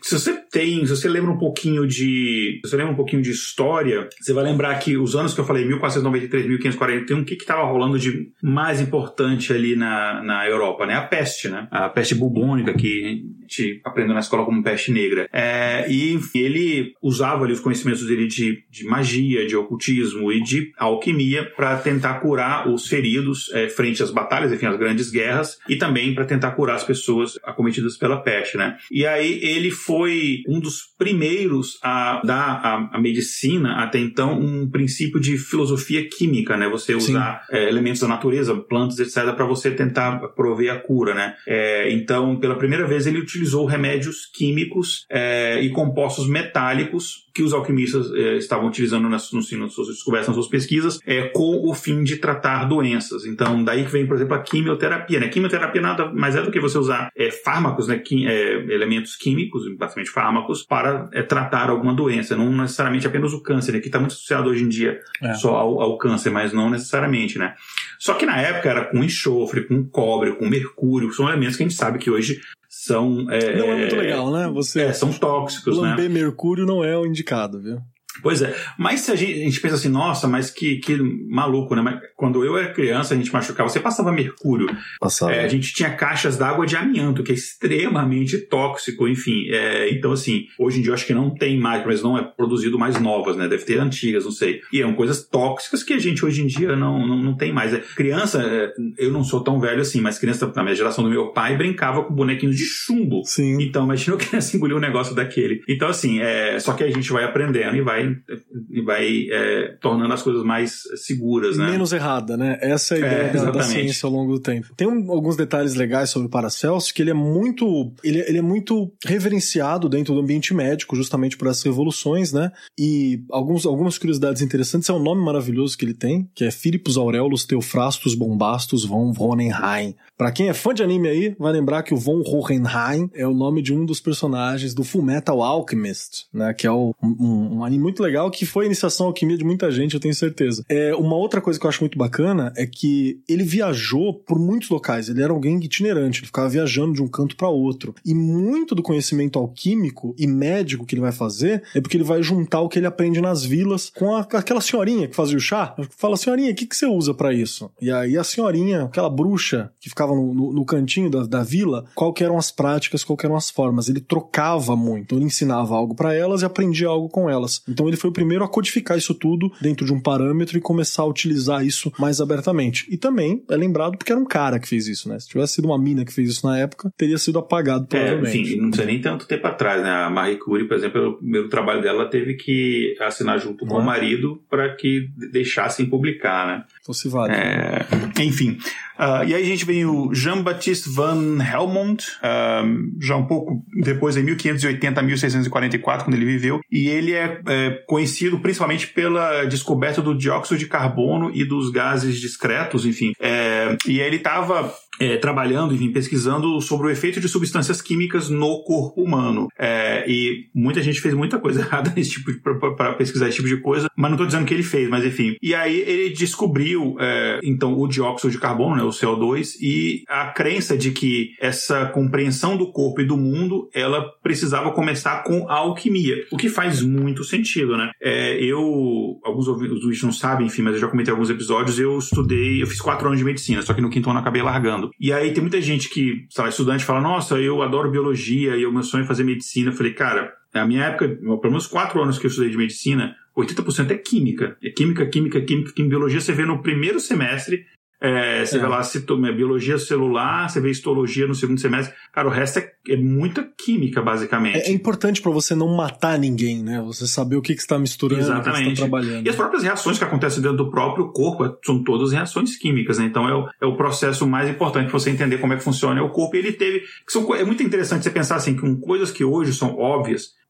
Se você tem, se você lembra um pouquinho de, se você lembra um pouquinho de história, você vai lembrar que os anos que eu falei, mil quatrocentos e noventa e três, mil quinhentos e quarenta e um, o que que estava rolando de mais importante ali na, na Europa, né? A peste, né? A peste bubônica, que a gente aprendeu na escola como peste negra. É, e ele usava ali os conhecimentos dele de, de magia, de ocultismo e de alquimia para tentar curar os feridos é, frente às batalhas, enfim, às grandes guerras, e também para tentar curar as pessoas acometidas pela peste, né? E aí ele foi um dos primeiros a dar à, à medicina, até então, um princípio de filosofia química, né? Você usar é, elementos da natureza, plantas, etcétera, para você tentar prover a cura, né? É, então, pela primeira vez, ele utilizou remédios químicos é, e compostos metálicos que os alquimistas é, estavam utilizando nas, nas, nas suas descobertas, nas suas pesquisas, é, com o fim de tratar doenças. Então, daí que vem, por exemplo, a quimioterapia, né? Quimioterapia nada mais é do que você usar é, fármacos, né? Qui, é, elementos químicos, basicamente fármacos, para é, tratar alguma doença. Não necessariamente apenas o câncer, né? Que está muito associado hoje em dia é. só ao, ao câncer, mas não necessariamente, né? Só que na época era com enxofre, com cobre, com mercúrio, que são elementos que a gente sabe que hoje são... É, não é muito legal, né? Você é, são tóxicos, né? Lamber mercúrio não é o indicado, viu? Pois é, mas se a gente, a gente pensa assim, nossa, mas que, que maluco, né? Mas quando eu era criança, a gente machucava, você passava mercúrio. Passava. É, a gente tinha caixas d'água de amianto, que é extremamente tóxico, enfim. É, então, assim, hoje em dia eu acho que não tem mais, mas não é produzido mais novas, né? Deve ter antigas, não sei. E eram coisas tóxicas que a gente hoje em dia não, não, não tem mais. É, criança, é, eu não sou tão velho assim, mas criança, na minha geração do meu pai, brincava com bonequinhos de chumbo. Sim. Então, imagina eu criança engolir um negócio daquele. Então, assim, é, só que a gente vai aprendendo e vai e vai é, tornando as coisas mais seguras, né? Menos errada, né? Essa é a ideia é, da, da ciência ao longo do tempo. Tem um, alguns detalhes legais sobre o Paracelso, que ele é muito ele, ele é muito reverenciado dentro do ambiente médico, justamente por essas revoluções, né? E alguns, algumas curiosidades interessantes é o nome maravilhoso que ele tem, que é Philippus Aurelius Theophrastus Bombastus von Hohenheim. Pra quem é fã de anime aí, vai lembrar que o von Hohenheim é o nome de um dos personagens do Fullmetal Alchemist, né? Que é o, um, um anime muito legal, que foi a iniciação à alquimia de muita gente, eu tenho certeza. É, uma outra coisa que eu acho muito bacana é que ele viajou por muitos locais, ele era alguém itinerante, ele ficava viajando de um canto para outro. E muito do conhecimento alquímico e médico que ele vai fazer é porque ele vai juntar o que ele aprende nas vilas com a, aquela senhorinha que fazia o chá. Fala, senhorinha, o que, que você usa para isso? E aí a senhorinha, aquela bruxa que ficava no, no, no cantinho da, da vila, qual que eram as práticas, qual que eram as formas. Ele trocava muito, ele ensinava algo para elas e aprendia algo com elas. Então ele foi o primeiro a codificar isso tudo dentro de um parâmetro e começar a utilizar isso mais abertamente. E também é lembrado porque era um cara que fez isso, né? Se tivesse sido uma mina que fez isso na época, teria sido apagado provavelmente. É, enfim, não sei nem tanto tempo atrás, né? A Marie Curie, por exemplo, o primeiro trabalho dela teve que assinar junto com é? o marido para que deixassem publicar, né? Fosse válido. É, enfim. Uh, e aí a gente vem o Jean-Baptiste van Helmont, uh, já um pouco depois, em mil quinhentos e oitenta a mil seiscentos e quarenta e quatro, quando ele viveu, e ele é, é conhecido principalmente pela descoberta do dióxido de carbono e dos gases discretos, enfim. É, e ele estava é, trabalhando, enfim, pesquisando sobre o efeito de substâncias químicas no corpo humano. É, e muita gente fez muita coisa errada nesse tipo para pesquisar esse tipo de coisa, mas não estou dizendo que ele fez, mas enfim. E aí ele descobriu, é, então, o dióxido de carbono, né, o C O dois, e a crença de que essa compreensão do corpo e do mundo, ela precisava começar com a alquimia, o que faz muito sentido, né? É, eu, alguns ouvintes não sabem, enfim, mas eu já comentei alguns episódios, eu estudei, eu fiz quatro anos de medicina, só que no quinto ano eu acabei largando. E aí tem muita gente que, sei lá, estudante fala, nossa, eu adoro biologia e o meu sonho é fazer medicina. Eu falei, cara, na minha época, pelo menos quatro anos que eu estudei de medicina, oitenta por cento é química. É química, química, química, química. Biologia você vê no primeiro semestre. É, você é. vê lá citoma, biologia celular, você vê histologia no segundo semestre. Cara, o resto é, é muita química, basicamente. É, é importante para você não matar ninguém, né? Você saber o que, que você está misturando, exatamente, o que você está trabalhando. E as próprias reações que acontecem dentro do próprio corpo são todas reações químicas, né? Então é o, é o processo mais importante para você entender como é que funciona o corpo. E ele teve... Que são, é muito interessante você pensar assim, com coisas que hoje são óbvias,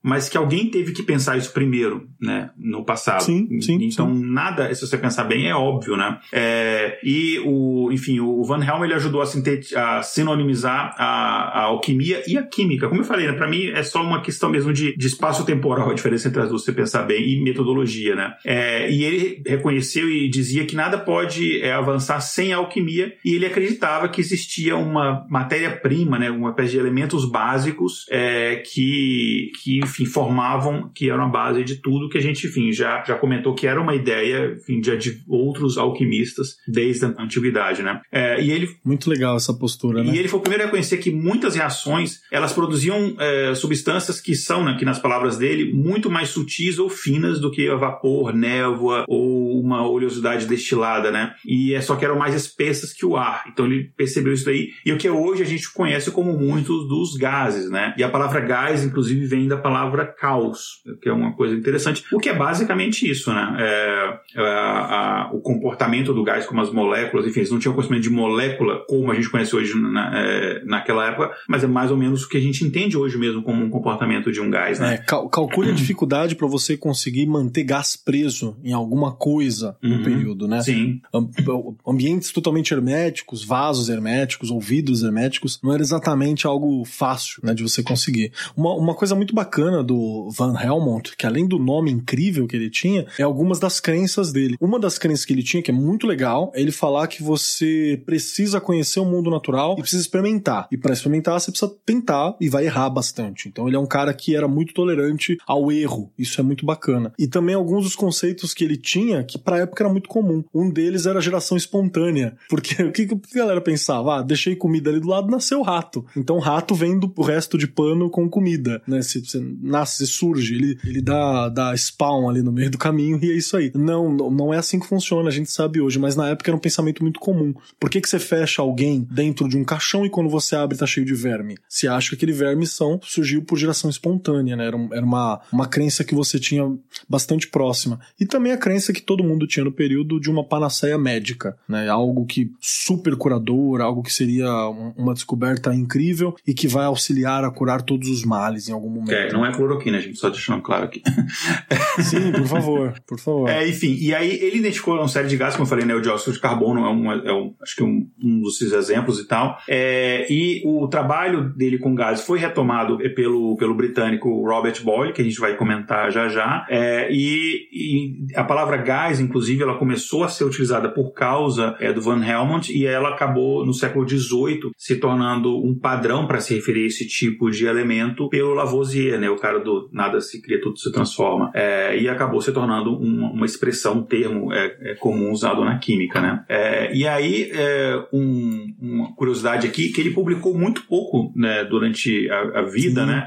mas que alguém teve que pensar isso primeiro, né, no passado. Sim, sim, então, sim. nada, se você pensar bem, é óbvio, né? É, e, o, enfim, o Van Helmont, ele ajudou a, sintet- a sinonimizar a, a alquimia e a química. Como eu falei, né, para mim é só uma questão mesmo de, de espaço temporal, a diferença entre as duas, se você pensar bem, e metodologia, né? É, e ele reconheceu e dizia que nada pode é, avançar sem a alquimia, e ele acreditava que existia uma matéria-prima, né, uma espécie de elementos básicos é, que, que, enfim, formavam, que eram a base de tudo que a gente, enfim, já, já comentou que era uma ideia, enfim, de, de outros alquimistas desde a antiguidade, né? É, e ele, Muito legal essa postura, né? E ele foi o primeiro a reconhecer que muitas reações, elas produziam é, substâncias que são, né, que nas palavras dele, muito mais sutis ou finas do que a vapor, névoa ou uma oleosidade destilada, né? E é só que eram mais espessas que o ar. Então ele percebeu isso daí, e o que hoje a gente conhece como muitos dos gases, né? E a palavra gás, inclusive, vem da palavra caos, que é uma coisa interessante, o que é basicamente isso, né? É, é, a, a, o comportamento do gás, como as moléculas, enfim, eles não tinham conhecimento de molécula como a gente conhece hoje na, é, naquela época, mas é mais ou menos o que a gente entende hoje mesmo como um comportamento de um gás, né? É, cal- calcule a dificuldade para você conseguir manter gás preso em alguma coisa no Uhum. período, né? Sim. Am- Ambientes totalmente herméticos, vasos herméticos ou vidros herméticos, não era exatamente algo fácil, né, de você conseguir. Uma, uma coisa muito bacana do Van Helmont, que além do nome incrível que ele tinha, é algumas das crenças dele. Uma das crenças que ele tinha, que é muito legal, é ele falar que você precisa conhecer o mundo natural e precisa experimentar. E para experimentar, você precisa tentar e vai errar bastante. Então ele é um cara que era muito tolerante ao erro. Isso é muito bacana. E também alguns dos conceitos que ele tinha, que pra época era muito comum. Um deles era a geração espontânea. Porque o que, que a galera pensava? Ah, deixei comida ali do lado, nasceu rato. Então o rato vem do resto de pano com comida, né? Se você nasce, você surge, ele, ele dá, dá spawn ali no meio do caminho e é isso aí. Não, não é assim que funciona, a gente sabe hoje, mas na época era um pensamento muito comum. Por que que você fecha alguém dentro de um caixão e quando você abre tá cheio de verme? Você acha que aquele verme são, surgiu por geração espontânea, né? Era, um, era uma, uma crença que você tinha bastante próxima. E também a crença que todo mundo tinha no período de uma panaceia médica, né? Algo que super curador, algo que seria um, uma descoberta incrível e que vai auxiliar a curar todos os males em algum momento. É, não é cloroquina, gente, só deixando claro aqui. Sim, por favor, por favor. É, enfim, e aí ele identificou uma série de gases, como eu falei, né, o dióxido de carbono é, um, é um, acho que um, um dos exemplos e tal, é, e o trabalho dele com gases foi retomado pelo, pelo britânico Robert Boyle, que a gente vai comentar já já, é, e, e a palavra gás, inclusive, ela começou a ser utilizada por causa é, do Van Helmont, e ela acabou no século dezoito se tornando um padrão para se referir a esse tipo de elemento pelo Lavoisier, né, o cara do nada se cria, tudo se transforma, é, e acabou se tornando uma, uma expressão, um termo é, é comum usado na química, né? É, e aí, é, um, uma curiosidade aqui, que ele publicou muito pouco, né, durante a, a vida, Sim. né?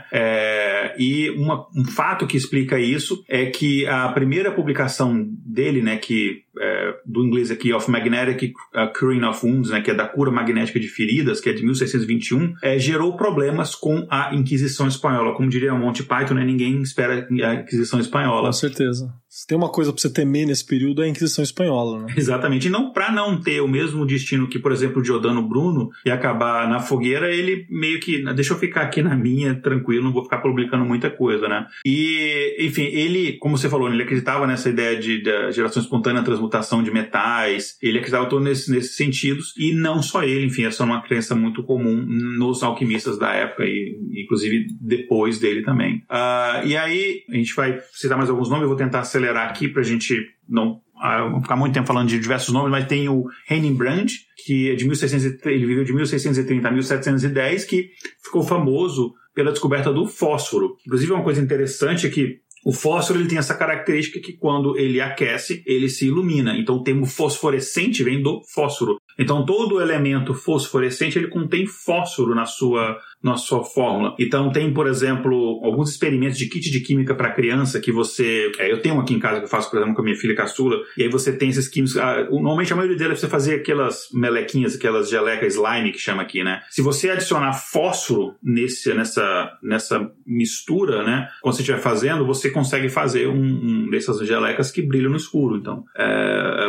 É, e uma, um fato que explica isso é que a primeira publicação dele, né, que é, do inglês aqui, of Magnetic Curing of Wounds, né, que é da cura magnética de feridas, que é de mil seiscentos e vinte e um, é, gerou problemas com a Inquisição Espanhola. Como diria Monty Python, né, ninguém espera a Inquisição Espanhola. Com certeza. Se tem uma coisa pra você temer nesse período, é a Inquisição Espanhola, né? Exatamente. E não, pra não ter o mesmo destino que, por exemplo, o Giordano Bruno e acabar na fogueira, ele meio que, deixa eu ficar aqui na minha, tranquilo, não vou ficar publicando muita coisa, né? E, enfim, ele, como você falou, ele acreditava nessa ideia de, de geração espontânea, transmutação de metais, ele acreditava todo nesse, nesses sentidos, e não só ele, enfim, essa é uma crença muito comum nos alquimistas da época, e inclusive depois dele também. Uh, e aí, a gente vai citar mais alguns nomes, eu vou tentar acelerar aqui pra gente não uh, ficar muito tempo falando de diversos nomes, mas tem o Henning Brand, que é de mil e seiscentos, ele viveu de mil seiscentos e trinta a mil setecentos e dez, que ficou famoso pela descoberta do fósforo. Inclusive, uma coisa interessante é que o fósforo ele tem essa característica que quando ele aquece, ele se ilumina. Então o termo fosforescente vem do fósforo. Então todo elemento fosforescente ele contém fósforo na sua, na sua fórmula. Então tem, por exemplo, alguns experimentos de kit de química para criança que você... É, eu tenho um aqui em casa que eu faço, por exemplo, com a minha filha caçula, e aí você tem esses químicos... Ah, normalmente a maioria deles é você fazer aquelas melequinhas, aquelas geleca slime que chama aqui, né? Se você adicionar fósforo nesse, nessa, nessa mistura, né? Quando você estiver fazendo, você consegue fazer um, um dessas gelecas que brilham no escuro. Então, é,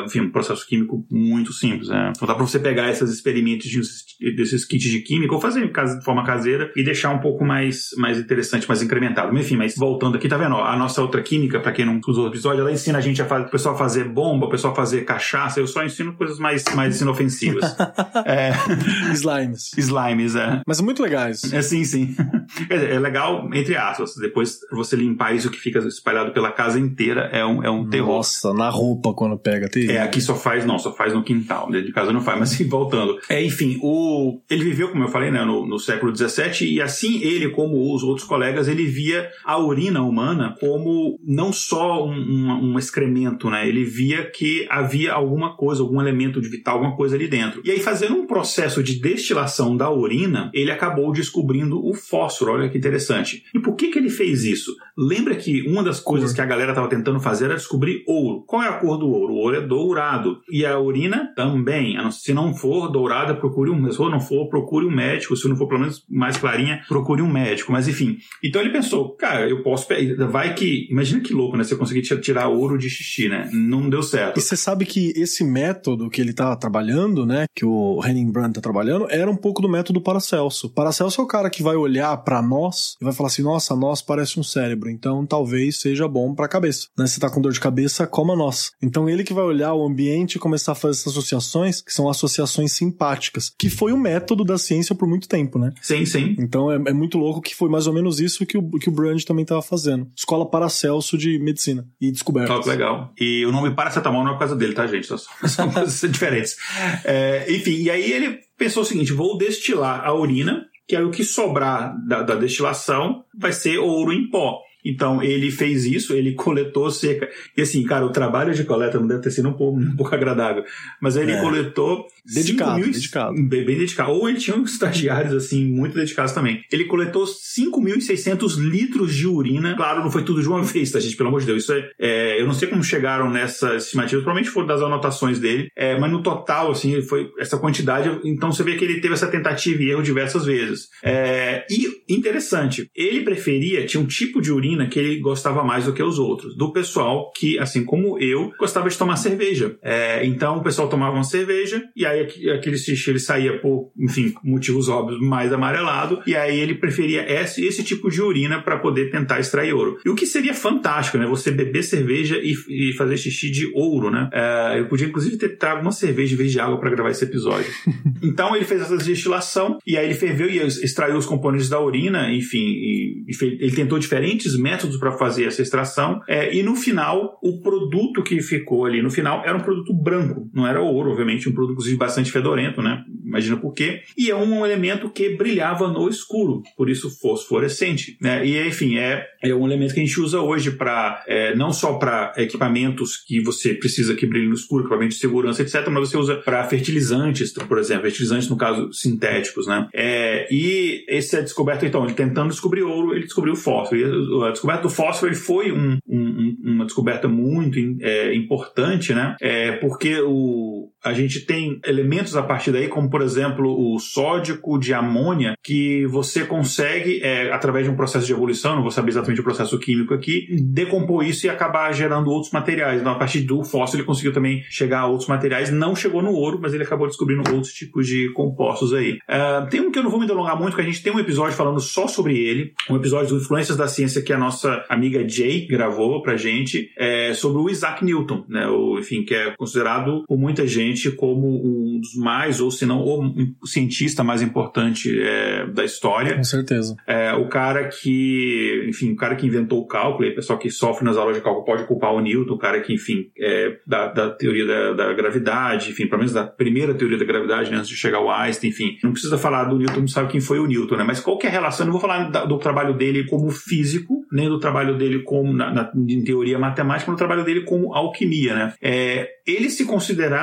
enfim, um processo químico muito simples, né? Então dá para você pegar esses experimentos de, desses kits de química ou fazer de forma caseira e deixar um pouco mais, mais interessante, mais incrementado. Mas, enfim, mas voltando aqui, tá vendo? Ó, a nossa outra química, para quem não usou o episódio, ela ensina a gente a fazer, o pessoal a fazer bomba, o pessoal a fazer cachaça. Eu só ensino coisas mais, mais inofensivas. é... Slimes. Slimes, é. Mas muito legais. É, sim, sim. Quer dizer, é legal, entre aspas. Depois, você limpar isso que fica espalhado pela casa inteira é um, é um terror. Nossa, na roupa quando pega. Tem... É, aqui só faz, não, só faz no quintal. Dentro de casa não faz, mas voltando. É, enfim, o... ele viveu, como eu falei, né, no, no século dezessete, e assim ele, como os outros colegas, ele via a urina humana como não só um, um, um excremento, né? Ele via que havia alguma coisa, algum elemento de vital, alguma coisa ali dentro. E aí, fazendo um processo de destilação da urina, ele acabou descobrindo o fósforo. Olha que interessante. E por que que ele fez isso? Lembra que uma das coisas que a galera estava tentando fazer era descobrir ouro. Qual é a cor do ouro? O ouro é dourado. E a urina também. Se não for dourada, procure um... Se não for, procure um médico. Se não for pelo menos mais clarinha, procure um médico. Mas enfim. Então ele pensou, cara, eu posso... Vai que... Imagina que louco, né? Se eu conseguir tirar ouro de xixi, né? Não deu certo. E você sabe que esse método que ele tá trabalhando, né? Que o Henning Brand tá trabalhando, era um pouco do método Paracelso. Paracelso é o cara que vai olhar pra nós e vai falar assim, nossa, nós parece um cérebro, então talvez seja bom pra cabeça. Né? Se tá com dor de cabeça, coma nós. Então ele que vai olhar o ambiente e começar a fazer essas associações, que são associações simpáticas, que foi o método da ciência por muito tempo, né? Sim, sim. Então é, é muito louco que foi mais ou menos isso que o, que o Brand também tava fazendo. Escola Paracelso de medicina e descobertas. Oh, que legal. E o nome Paracetamol não é por causa dele, tá, gente? São coisas diferentes. É, enfim, e aí ele pensou o seguinte, vou destilar a urina, que aí o que sobrar da, da destilação vai ser ouro em pó. Então, ele fez isso, ele coletou cerca... E assim, cara, o trabalho de coleta não deve ter sido um pouco, um pouco agradável. Mas ele é. coletou... Dedicado, mil, dedicado. Bem, bem dedicado. Ou ele tinha uns estagiários, assim, muito dedicados também. Ele coletou cinco mil e seiscentos litros de urina. Claro, não foi tudo de uma vez, tá, gente? Pelo amor de Deus. Isso é, é, eu não sei como chegaram nessas estimativas. Provavelmente foram das anotações dele. É, mas no total, assim, foi essa quantidade. Então, você vê que ele teve essa tentativa e erro diversas vezes. É, e, interessante, ele preferia... Tinha um tipo de urina que ele gostava mais do que os outros, do pessoal que, assim como eu, gostava de tomar cerveja. É, então o pessoal tomava uma cerveja e aí aquele xixi ele saía por, enfim, motivos óbvios, mais amarelado, e aí ele preferia esse, esse tipo de urina para poder tentar extrair ouro. E o que seria fantástico, né? Você beber cerveja e, e fazer xixi de ouro, né? É, eu podia inclusive ter trago uma cerveja em vez de água para gravar esse episódio. Então ele fez essa destilação e aí ele ferveu e extraiu os componentes da urina, enfim, e, e fez, ele tentou diferentes métodos para fazer essa extração, é, e no final, o produto que ficou ali no final era um produto branco, não era ouro, obviamente, um produto inclusive bastante fedorento, né? Imagina por quê. E é um elemento que brilhava no escuro, por isso fosforescente, né? E enfim, é, é um elemento que a gente usa hoje para, é, não só para equipamentos que você precisa que brilhem no escuro, equipamento de segurança, etcétera, mas você usa para fertilizantes, por exemplo, fertilizantes no caso sintéticos, né? É, e essa descoberta, então, ele tentando descobrir ouro, ele descobriu o fósforo. E a descoberta do fósforo ele foi um, um, uma descoberta muito é, importante, né? É, porque o, a gente tem elementos a partir daí, como por exemplo o sódico de amônia, que você consegue, é, através de um processo de evolução, não vou saber exatamente o processo químico aqui, decompor isso e acabar gerando outros materiais. Então, a partir do fósforo ele conseguiu também chegar a outros materiais, não chegou no ouro, mas ele acabou descobrindo outros tipos de compostos aí. Uh, tem um que eu não vou me delongar muito, porque a gente tem um episódio falando só sobre ele, um episódio do Influências da Ciência que a nossa amiga Jay gravou pra gente, é, sobre o Isaac Newton, né? O, enfim, que é considerado por muita gente como um dos mais, ou se não, o cientista mais importante é, da história. Com certeza. É, o cara que, enfim, o cara que inventou o cálculo, e o pessoal que sofre nas aulas de cálculo pode culpar o Newton, o cara que, enfim, é, da, da teoria da, da gravidade, enfim, pelo menos da primeira teoria da gravidade, né, antes de chegar ao Einstein, enfim. Não precisa falar do Newton, não sabe quem foi o Newton, né? Mas qual que é a relação? Eu não vou falar da, do trabalho dele como físico, nem do trabalho dele como, na, na, em teoria matemática, mas do trabalho dele como alquimia, né? É, ele se considerava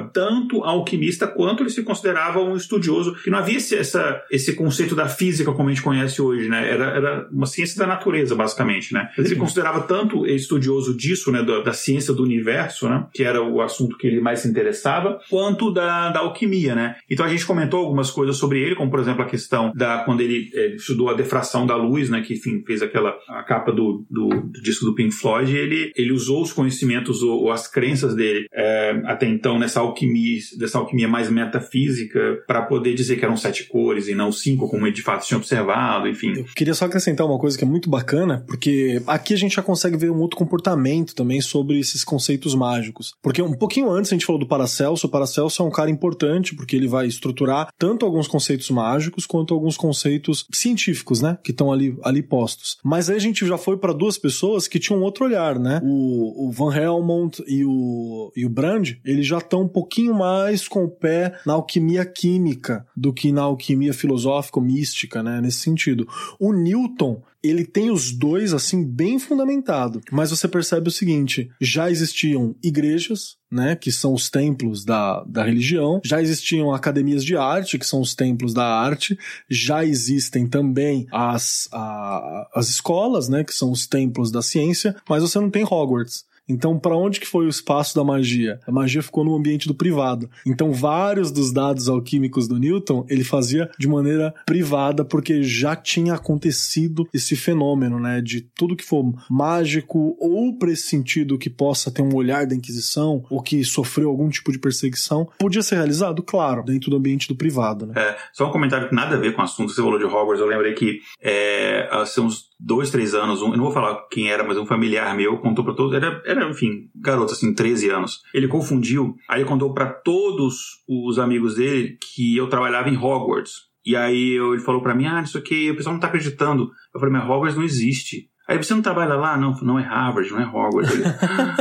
considerava tanto alquimista quanto ele se considerava um estudioso, que não havia esse, essa, esse conceito da física como a gente conhece hoje, né? Era, era uma ciência da natureza, basicamente, né? Mas ele Sim. considerava tanto estudioso disso, né? Da, da ciência do universo, né? Que era o assunto que ele mais se interessava, quanto da, da alquimia, né? Então a gente comentou algumas coisas sobre ele, como por exemplo a questão da quando ele, ele estudou a difração da luz, né? Que enfim fez aquela a capa do, do, do disco do Pink Floyd. Ele, ele usou os conhecimentos ou, ou as crenças dele é, até então nessa alquimia, dessa alquimia mais metafísica, para poder dizer que eram sete cores e não cinco, como ele de fato tinha observado, enfim. Eu queria só acrescentar uma coisa que é muito bacana, porque aqui a gente já consegue ver um outro comportamento também sobre esses conceitos mágicos. Porque um pouquinho antes a gente falou do Paracelso. O Paracelso é um cara importante, porque ele vai estruturar tanto alguns conceitos mágicos quanto alguns conceitos científicos, né? Que estão ali, ali postos. Mas aí a gente já foi para duas pessoas que tinham outro olhar, né? O, o Van Helmont e o, e o Brand, eles já estão um pouquinho mais com o pé na alquimia química do que na alquimia filosófica ou mística, né? Nesse sentido. O Newton, ele tem os dois, assim, bem fundamentado. Mas você percebe o seguinte, já existiam igrejas, né, que são os templos da, da religião, já existiam academias de arte, que são os templos da arte, já existem também as, a, as escolas, né, que são os templos da ciência, mas você não tem Hogwarts. Então, para onde que foi o espaço da magia? A magia ficou no ambiente do privado. Então, vários dos dados alquímicos do Newton, ele fazia de maneira privada, porque já tinha acontecido esse fenômeno, né? De tudo que for mágico, ou para esse sentido que possa ter um olhar da Inquisição, ou que sofreu algum tipo de perseguição, podia ser realizado, claro, dentro do ambiente do privado, né? É, só um comentário que nada a ver com o assunto. Você falou de Hogwarts, eu lembrei que é, há uns dois, três anos, um, eu não vou falar quem era, mas um familiar meu contou pra todos, era, era, enfim, garoto, assim, treze anos. Ele confundiu, aí ele contou pra todos os amigos dele que eu trabalhava em Hogwarts. E aí eu, ele falou pra mim, ah, isso aqui, o pessoal não tá acreditando. Eu falei, mas Hogwarts não existe. Aí você não trabalha lá? Não, não é Harvard, não é Hogwarts. Ele...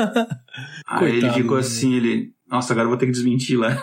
aí ele ficou assim, ele... Nossa, agora eu vou ter que desmentir lá.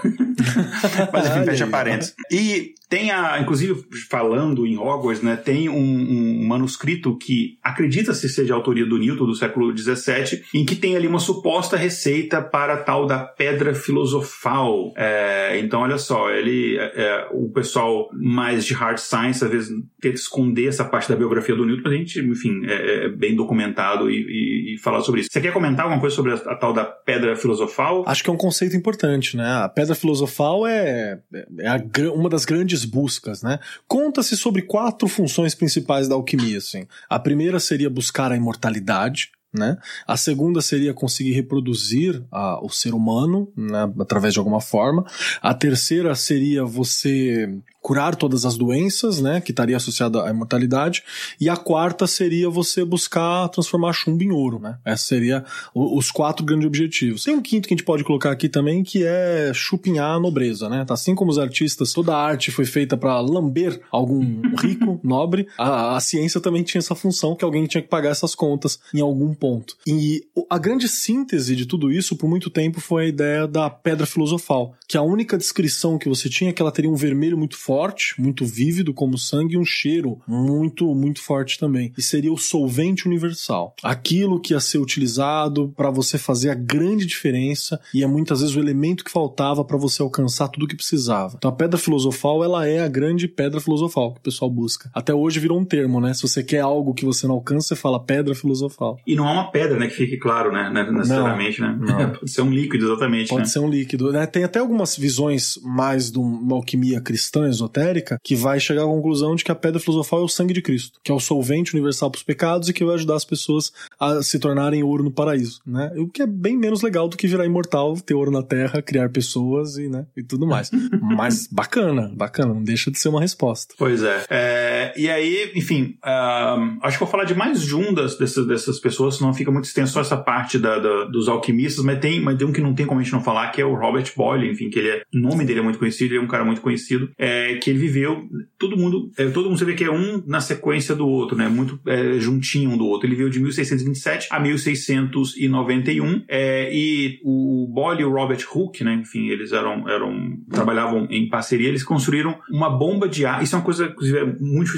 Mas enfim, fecha parênteses. E tem a, inclusive, falando em Hogwarts, né, tem um, um manuscrito que acredita-se ser de autoria do Newton, do século dezessete, em que tem ali uma suposta receita para a tal da pedra filosofal. É, então, olha só, ele, é, o pessoal mais de hard science, às vezes, tenta esconder essa parte da biografia do Newton, mas a gente, enfim, é, é bem documentado e, e, e falar sobre isso. Você quer comentar alguma coisa sobre a, a tal da pedra filosofal? Acho que é um conceito importante, né? A pedra filosofal é, é a, uma das grandes buscas, né? Conta-se sobre quatro funções principais da alquimia, assim. A primeira seria buscar a imortalidade, né? A segunda seria conseguir reproduzir a, o ser humano, né? Através de alguma forma. A terceira seria você curar todas as doenças, né, que estaria associada à imortalidade, e a quarta seria você buscar transformar chumbo em ouro, né? Esses seriam os quatro grandes objetivos. Tem um quinto que a gente pode colocar aqui também, que é chupinhar a nobreza, né? Assim como os artistas, toda a arte foi feita para lamber algum rico, nobre, a, a ciência também tinha essa função, que alguém tinha que pagar essas contas em algum ponto. E a grande síntese de tudo isso, por muito tempo, foi a ideia da pedra filosofal, que a única descrição que você tinha é que ela teria um vermelho muito forte, forte, muito vívido como sangue, e um cheiro muito, muito forte também. E seria o solvente universal. Aquilo que ia ser utilizado para você fazer a grande diferença, e é muitas vezes o elemento que faltava para você alcançar tudo o que precisava. Então a pedra filosofal, ela é a grande pedra filosofal que o pessoal busca. Até hoje virou um termo, né? Se você quer algo que você não alcança, você fala pedra filosofal. E não é uma pedra, né? Que fique claro, né? Necessariamente, não, né? Não. Pode ser um líquido, exatamente. Pode né? ser um líquido, né? Tem até algumas visões mais de uma alquimia cristã, esotérica, que vai chegar à conclusão de que a pedra filosofal é o sangue de Cristo, que é o solvente universal para os pecados e que vai ajudar as pessoas a se tornarem ouro no paraíso, né? O que é bem menos legal do que virar imortal, ter ouro na terra, criar pessoas e, né, e tudo mais. Mas bacana, bacana, não deixa de ser uma resposta. Pois é. é e aí, enfim, uh, acho que vou falar de mais de um das, dessas, dessas pessoas, senão fica muito extenso só essa parte da, da, dos alquimistas, mas tem, mas tem um que não tem como a gente não falar, que é o Robert Boyle, enfim, que ele é, o nome dele é muito conhecido, ele é um cara muito conhecido, é, que ele viveu, todo mundo, é, todo mundo você vê que é um na sequência do outro, né, muito é, juntinho um do outro. Ele veio de mil seiscentos e vinte e sete a mil seiscentos e noventa e um, é, e o Boyle e o Robert Hooke, né, enfim, eles eram, eram, trabalhavam em parceria, eles construíram uma bomba de ar, isso é uma coisa, inclusive, é muito difícil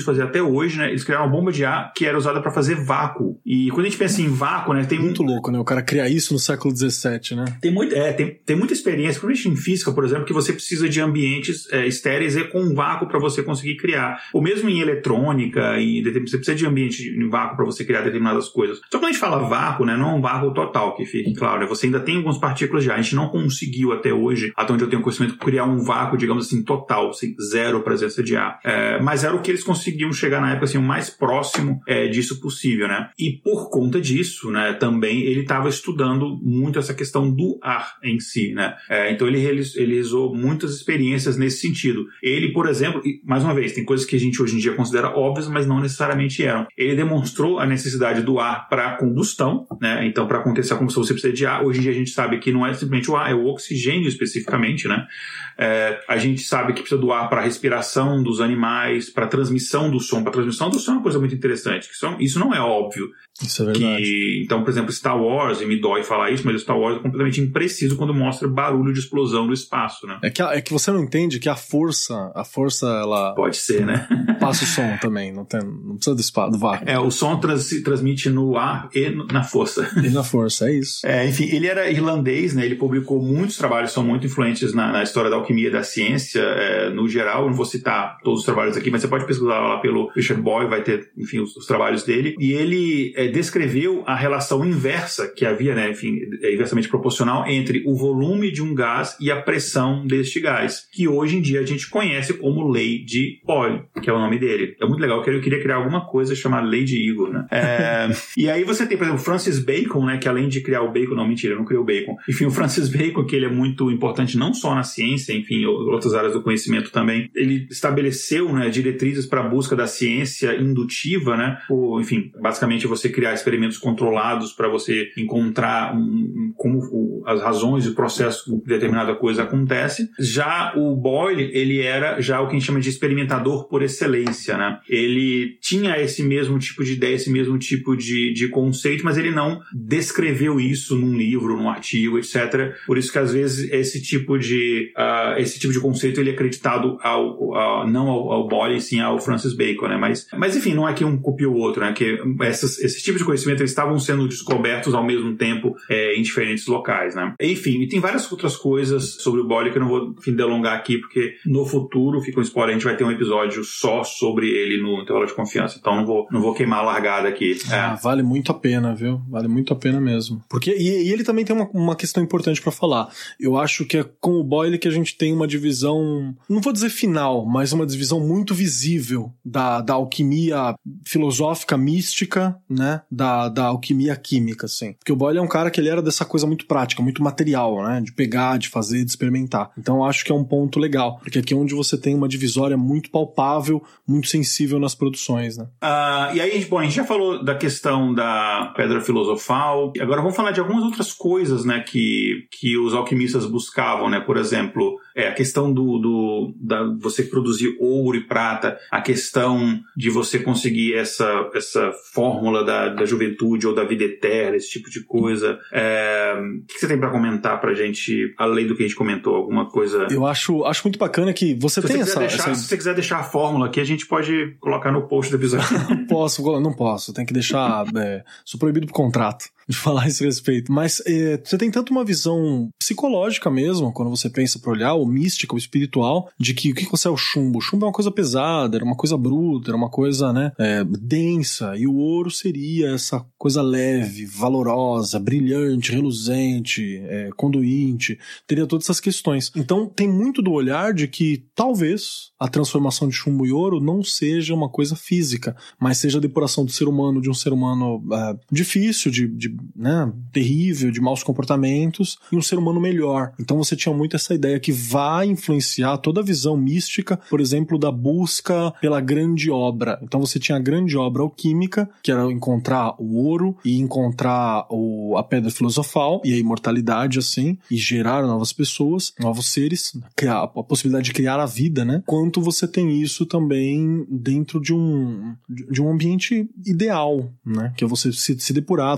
fazer até hoje, né? Eles criaram uma bomba de ar que era usada para fazer vácuo. E quando a gente pensa em vácuo, né? Tem muito louco, né? O cara criar isso no século dezessete, né? Tem, muito, é, tem, tem muita experiência, principalmente em física, por exemplo, que você precisa de ambientes é, estéreis e com vácuo para você conseguir criar. Ou mesmo em eletrônica, em, você precisa de ambiente em vácuo para você criar determinadas coisas. Só que quando a gente fala vácuo, né? Não é um vácuo total, que fique claro, né? Você ainda tem algumas partículas já. A gente não conseguiu até hoje, até onde eu tenho conhecimento, criar um vácuo, digamos assim, total, assim, zero presença de ar. É, mas era o que eles conseguiam chegar na época, assim, o mais próximo é, disso possível, né? E por conta disso, né, também ele estava estudando muito essa questão do ar em si, né? É, então ele realizou muitas experiências nesse sentido. Ele, por exemplo, e, mais uma vez, tem coisas que a gente hoje em dia considera óbvias, mas não necessariamente eram. Ele demonstrou a necessidade do ar para combustão, né? Então, para acontecer a combustão, você precisa de ar. Hoje em dia a gente sabe que não é simplesmente o ar, é o oxigênio especificamente, né? É, a gente sabe que precisa do ar para a respiração dos animais, para a transmissão do som. Para a transmissão do som é uma coisa muito interessante. Que isso, isso não é óbvio. Isso é verdade. Que, então, por exemplo, Star Wars, e me dói falar isso, mas Star Wars é completamente impreciso quando mostra barulho de explosão no espaço, né? É que, a, é que você não entende que a força, a força, ela... Pode ser, né? Passa o som também, não, tem, não precisa do, espaço, do vácuo. É, o som trans, transmite no ar e no, na força. E na força, é isso. É, enfim, ele era irlandês, né? Ele publicou muitos trabalhos, são muito influentes na, na história da alquimia e da ciência, é, no geral. Eu não vou citar todos os trabalhos aqui, mas você pode pesquisar lá pelo Richard Boyle, vai ter, enfim, os, os trabalhos dele. E ele é, descreveu a relação inversa que havia, né? Enfim, é inversamente proporcional entre o volume de um gás e a pressão deste gás, que hoje em dia a gente conhece como lei de Boyle, que é o nome dele. É muito legal, que eu queria criar alguma coisa chamada lei de Igor, né? É, e aí você tem, por exemplo, Francis Bacon, né? Que além de criar o bacon, não, mentira, não criou o bacon. Enfim, o Francis Bacon, que ele é muito importante não só na ciência, enfim, outras áreas do conhecimento também. Ele estabeleceu, né, diretrizes para a busca da ciência indutiva, né? Ou, enfim, basicamente você criar experimentos controlados para você encontrar um, um, como o, as razões e o processo que determinada coisa acontece. Já o Boyle, ele era já o que a gente chama de experimentador por excelência, né? Ele tinha esse mesmo tipo de ideia, esse mesmo tipo de, de conceito, mas ele não descreveu isso num livro, num artigo, etcétera. Por isso que às vezes esse tipo de, uh, esse tipo de conceito ele é acreditado ao, ao, não ao, ao Boyle, sim ao Francis Bacon, né? Mas, mas enfim, não é que um copia o outro, né? Que essas, esses tipos de conhecimento eles estavam sendo descobertos ao mesmo tempo é, em diferentes locais, né? Enfim, e tem várias outras coisas sobre o Boyle que eu não vou, enfim, delongar aqui, porque no futuro, fica um spoiler, a gente vai ter um episódio só sobre ele no Intervalo de Confiança, então não vou, não vou queimar a largada aqui. Ah, é. Vale muito a pena, viu? Vale muito a pena mesmo. Porque, e, e ele também tem uma, uma questão importante pra falar. Eu acho que é com o Boyle que a gente tem uma divisão, não vou dizer final, mas uma divisão muito visível da, da alquimia filosófica, mística, né? Da, da alquimia química, assim. Porque o Boyle é um cara que ele era dessa coisa muito prática, muito material, né? De pegar, de fazer, de experimentar. Então eu acho que é um ponto legal, porque aqui é onde você tem uma divisória muito palpável, muito sensível nas produções, né? Uh, e aí, bom, a gente já falou da questão da pedra filosofal, agora vamos falar de algumas outras coisas, né, que, que os alquimistas buscavam, né? Por exemplo, é, a questão do, do da, você produzir ouro e prata, a questão de você conseguir essa, essa fórmula da, da juventude ou da vida eterna, esse tipo de coisa. É, o que você tem pra comentar pra gente, além do que a gente comentou? Alguma coisa? Eu acho, acho muito bacana que você se tem você essa, deixar, essa... Se você quiser deixar a fórmula aqui, a gente pode colocar no post do episódio. Não posso, não posso. Tem que deixar... É, sou proibido por contrato de falar a esse respeito. Mas é, você tem tanto uma visão psicológica mesmo, quando você pensa pra olhar, ou mística, ou espiritual, de que o que você é o chumbo? O chumbo é uma coisa pesada, era uma coisa bruta, era uma coisa, né, é, densa, e o ouro seria essa coisa leve, valorosa, brilhante, reluzente, é, conduinte, teria todas essas questões. Então tem muito do olhar de que talvez a transformação de chumbo em ouro não seja uma coisa física, mas seja a depuração do ser humano, de um ser humano é, difícil, de, de né, terrível, de maus comportamentos, e um ser humano melhor. Então você tinha muito essa ideia que vai influenciar toda a visão mística, por exemplo, da busca pela grande obra. Então você tinha a grande obra alquímica, que era encontrar o ouro e encontrar o, a pedra filosofal e a imortalidade, assim, e gerar novas pessoas, novos seres, criar, a possibilidade de criar a vida, né? Quanto você tem isso também dentro de um, de um ambiente ideal, né? Que é você se, se depurar, tornar uma pessoa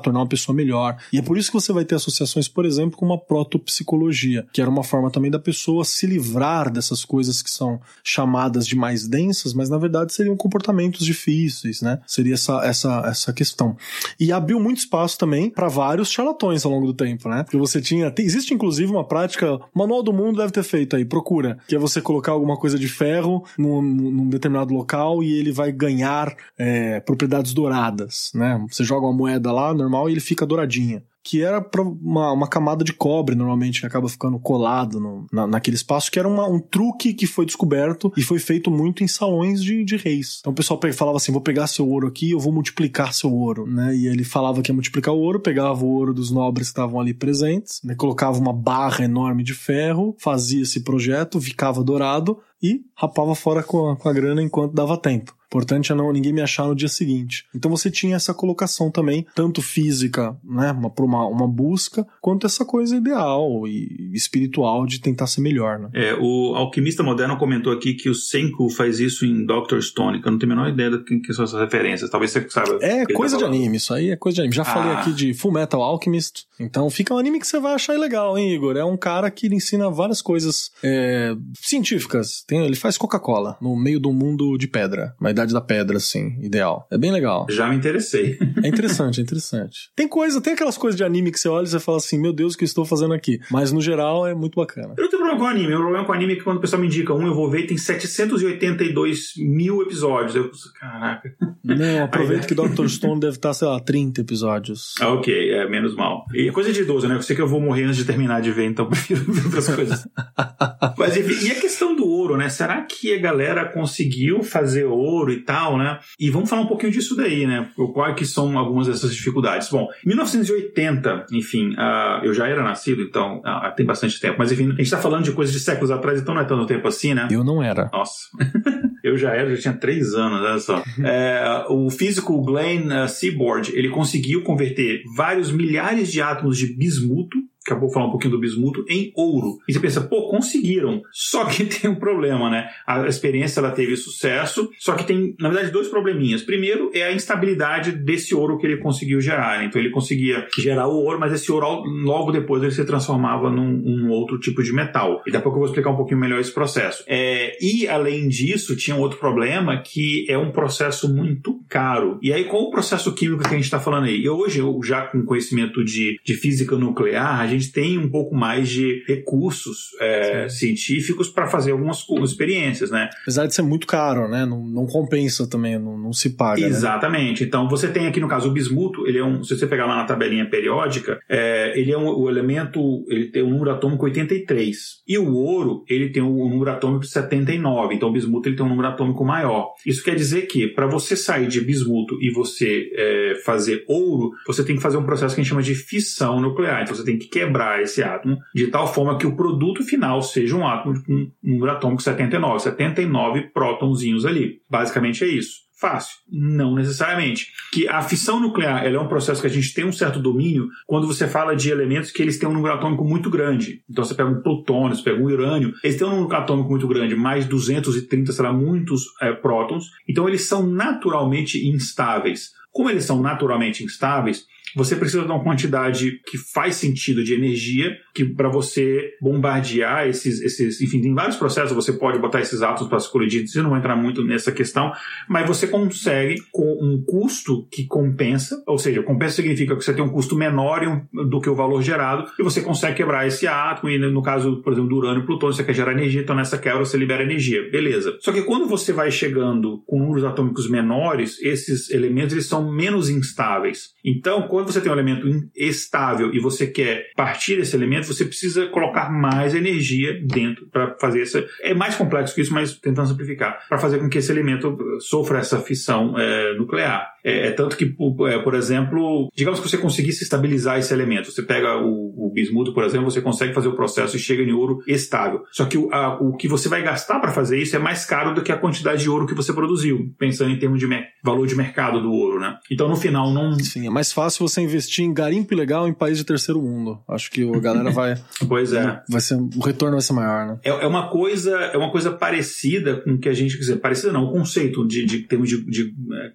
pessoa melhor. E é por isso que você vai ter associações, por exemplo, com uma protopsicologia, que era uma forma também da pessoa se livrar dessas coisas que são chamadas de mais densas, mas na verdade seriam comportamentos difíceis, né? Seria essa, essa, essa questão. E abriu muito espaço também para vários charlatões ao longo do tempo, né? Porque você tinha... Tem, existe inclusive uma prática, o Manual do Mundo deve ter feito aí, procura, que é você colocar alguma coisa de ferro num, num determinado local e ele vai ganhar é, propriedades douradas, né? Você joga uma moeda lá, normal, e ele fica douradinha. Que era pra uma, uma camada de cobre, normalmente, que acaba ficando colado no, na, naquele espaço, que era uma, um truque que foi descoberto e foi feito muito em salões de, de reis. Então o pessoal falava assim, vou pegar seu ouro aqui, eu vou multiplicar seu ouro, né? E ele falava que ia multiplicar o ouro, pegava o ouro dos nobres que estavam ali presentes, né? Colocava uma barra enorme de ferro, fazia esse projeto, ficava dourado e rapava fora com a, com a grana enquanto dava tempo. Importante é não ninguém me achar no dia seguinte. Então você tinha essa colocação também, tanto física, né, uma, uma, uma busca, quanto essa coisa ideal e espiritual de tentar ser melhor, né? É, o Alquimista Moderno comentou aqui que o Senku faz isso em doutor Stone, que eu não tenho a menor ideia do que, que são essas referências. Talvez você saiba. É coisa tá de anime, isso aí é coisa de anime. Já ah. falei aqui de Full Metal Alchemist, então fica um anime que você vai achar legal, hein, Igor? É um cara que ensina várias coisas é, científicas. Tem, ele faz Coca-Cola no meio do mundo de pedra, mas Idade da Pedra, assim, ideal. É bem legal. Já me interessei. É interessante, é interessante. Tem coisa, tem aquelas coisas de anime que você olha e você fala assim, meu Deus, o que eu estou fazendo aqui? Mas no geral é muito bacana. Eu não tenho problema com anime. O problema com anime é que quando o pessoal me indica um, eu vou ver e tem setecentos e oitenta e dois mil episódios. Eu, caraca. Não, aproveita que doutor Stone deve estar, sei lá, trinta episódios. Ah, ok, é menos mal. E é coisa de idoso, né? Eu sei que eu vou morrer antes de terminar de ver, então prefiro ver outras coisas. Mas enfim, e a questão do ouro, né? Será que a galera conseguiu fazer ouro e tal, né? E vamos falar um pouquinho disso daí, né? Quais que são algumas dessas dificuldades? Bom, em mil novecentos e oitenta, enfim, uh, eu já era nascido, então uh, tem bastante tempo, mas enfim, a gente tá falando de coisas de séculos atrás, então não é tanto tempo assim, né? Eu não era. Nossa. Eu já era, já tinha três anos, olha só. É, o físico Glenn uh, Seaborg, ele conseguiu converter vários milhares de átomos de bismuto, acabou de falar um pouquinho do bismuto, em ouro. E você pensa, pô, conseguiram. Só que tem um problema, né? A experiência, ela teve sucesso, só que tem, na verdade, dois probleminhas. Primeiro é a instabilidade desse ouro que ele conseguiu gerar. Então ele conseguia gerar o ouro, mas esse ouro, logo depois, ele se transformava num, num outro tipo de metal. E daqui a pouco eu vou explicar um pouquinho melhor esse processo. É, e, além disso, tinha um outro problema, que é um processo muito caro. E aí, qual o processo químico que a gente está falando aí? E hoje, eu já com conhecimento de, de física nuclear, a gente A gente tem um pouco mais de recursos é, científicos para fazer algumas experiências, né? Apesar de ser muito caro, né? Não, não compensa também, não, não se paga. Exatamente. Né? Então, você tem aqui, no caso, o bismuto, ele é um, se você pegar lá na tabelinha periódica, é, ele é um, o elemento, ele tem um número atômico oitenta e três. E o ouro, ele tem um número atômico setenta e nove. Então, o bismuto, ele tem um número atômico maior. Isso quer dizer que, para você sair de bismuto e você é, fazer ouro, você tem que fazer um processo que a gente chama de fissão nuclear. Então, você tem que quebrar quebrar esse átomo de tal forma que o produto final seja um átomo com um número atômico setenta e nove, setenta e nove prótonzinhos ali. Basicamente é isso. Fácil? Não necessariamente. Que a fissão nuclear ela é um processo que a gente tem um certo domínio quando você fala de elementos que eles têm um número atômico muito grande. Então você pega um plutônio, você pega um urânio, eles têm um número atômico muito grande, mais duzentos e trinta, será muitos é, prótons. Então eles são naturalmente instáveis. Como eles são naturalmente instáveis, você precisa de uma quantidade que faz sentido de energia, que para você bombardear esses, esses... Enfim, tem vários processos, você pode botar esses átomos para se colidir, você não vai entrar muito nessa questão, mas você consegue com um custo que compensa, ou seja, compensa significa que você tem um custo menor do que o valor gerado, e você consegue quebrar esse átomo, e no caso, por exemplo, do urânio e plutônio, você quer gerar energia, então nessa quebra você libera energia. Beleza. Só que quando você vai chegando com números atômicos menores, esses elementos eles são menos instáveis. Então, quando você tem um elemento estável e você quer partir desse elemento, você precisa colocar mais energia dentro para fazer essa... É mais complexo que isso, mas tentando simplificar. Para fazer com que esse elemento sofra essa fissão é, nuclear. É, é tanto que, é, por exemplo, digamos que você conseguisse estabilizar esse elemento. Você pega o, o bismuto, por exemplo, você consegue fazer o processo e chega em ouro estável. Só que o, a, o que você vai gastar para fazer isso é mais caro do que a quantidade de ouro que você produziu, pensando em termos de valor de mercado do ouro, né? Então, no final, não... Sim, é mais fácil você investir em garimpo ilegal em país de terceiro mundo. Acho que a galera vai... Pois é. Vai ser, o retorno vai ser maior, né? É, é, uma coisa, é uma coisa parecida com o que a gente... Quer dizer, parecida não, o conceito de, de termos de, de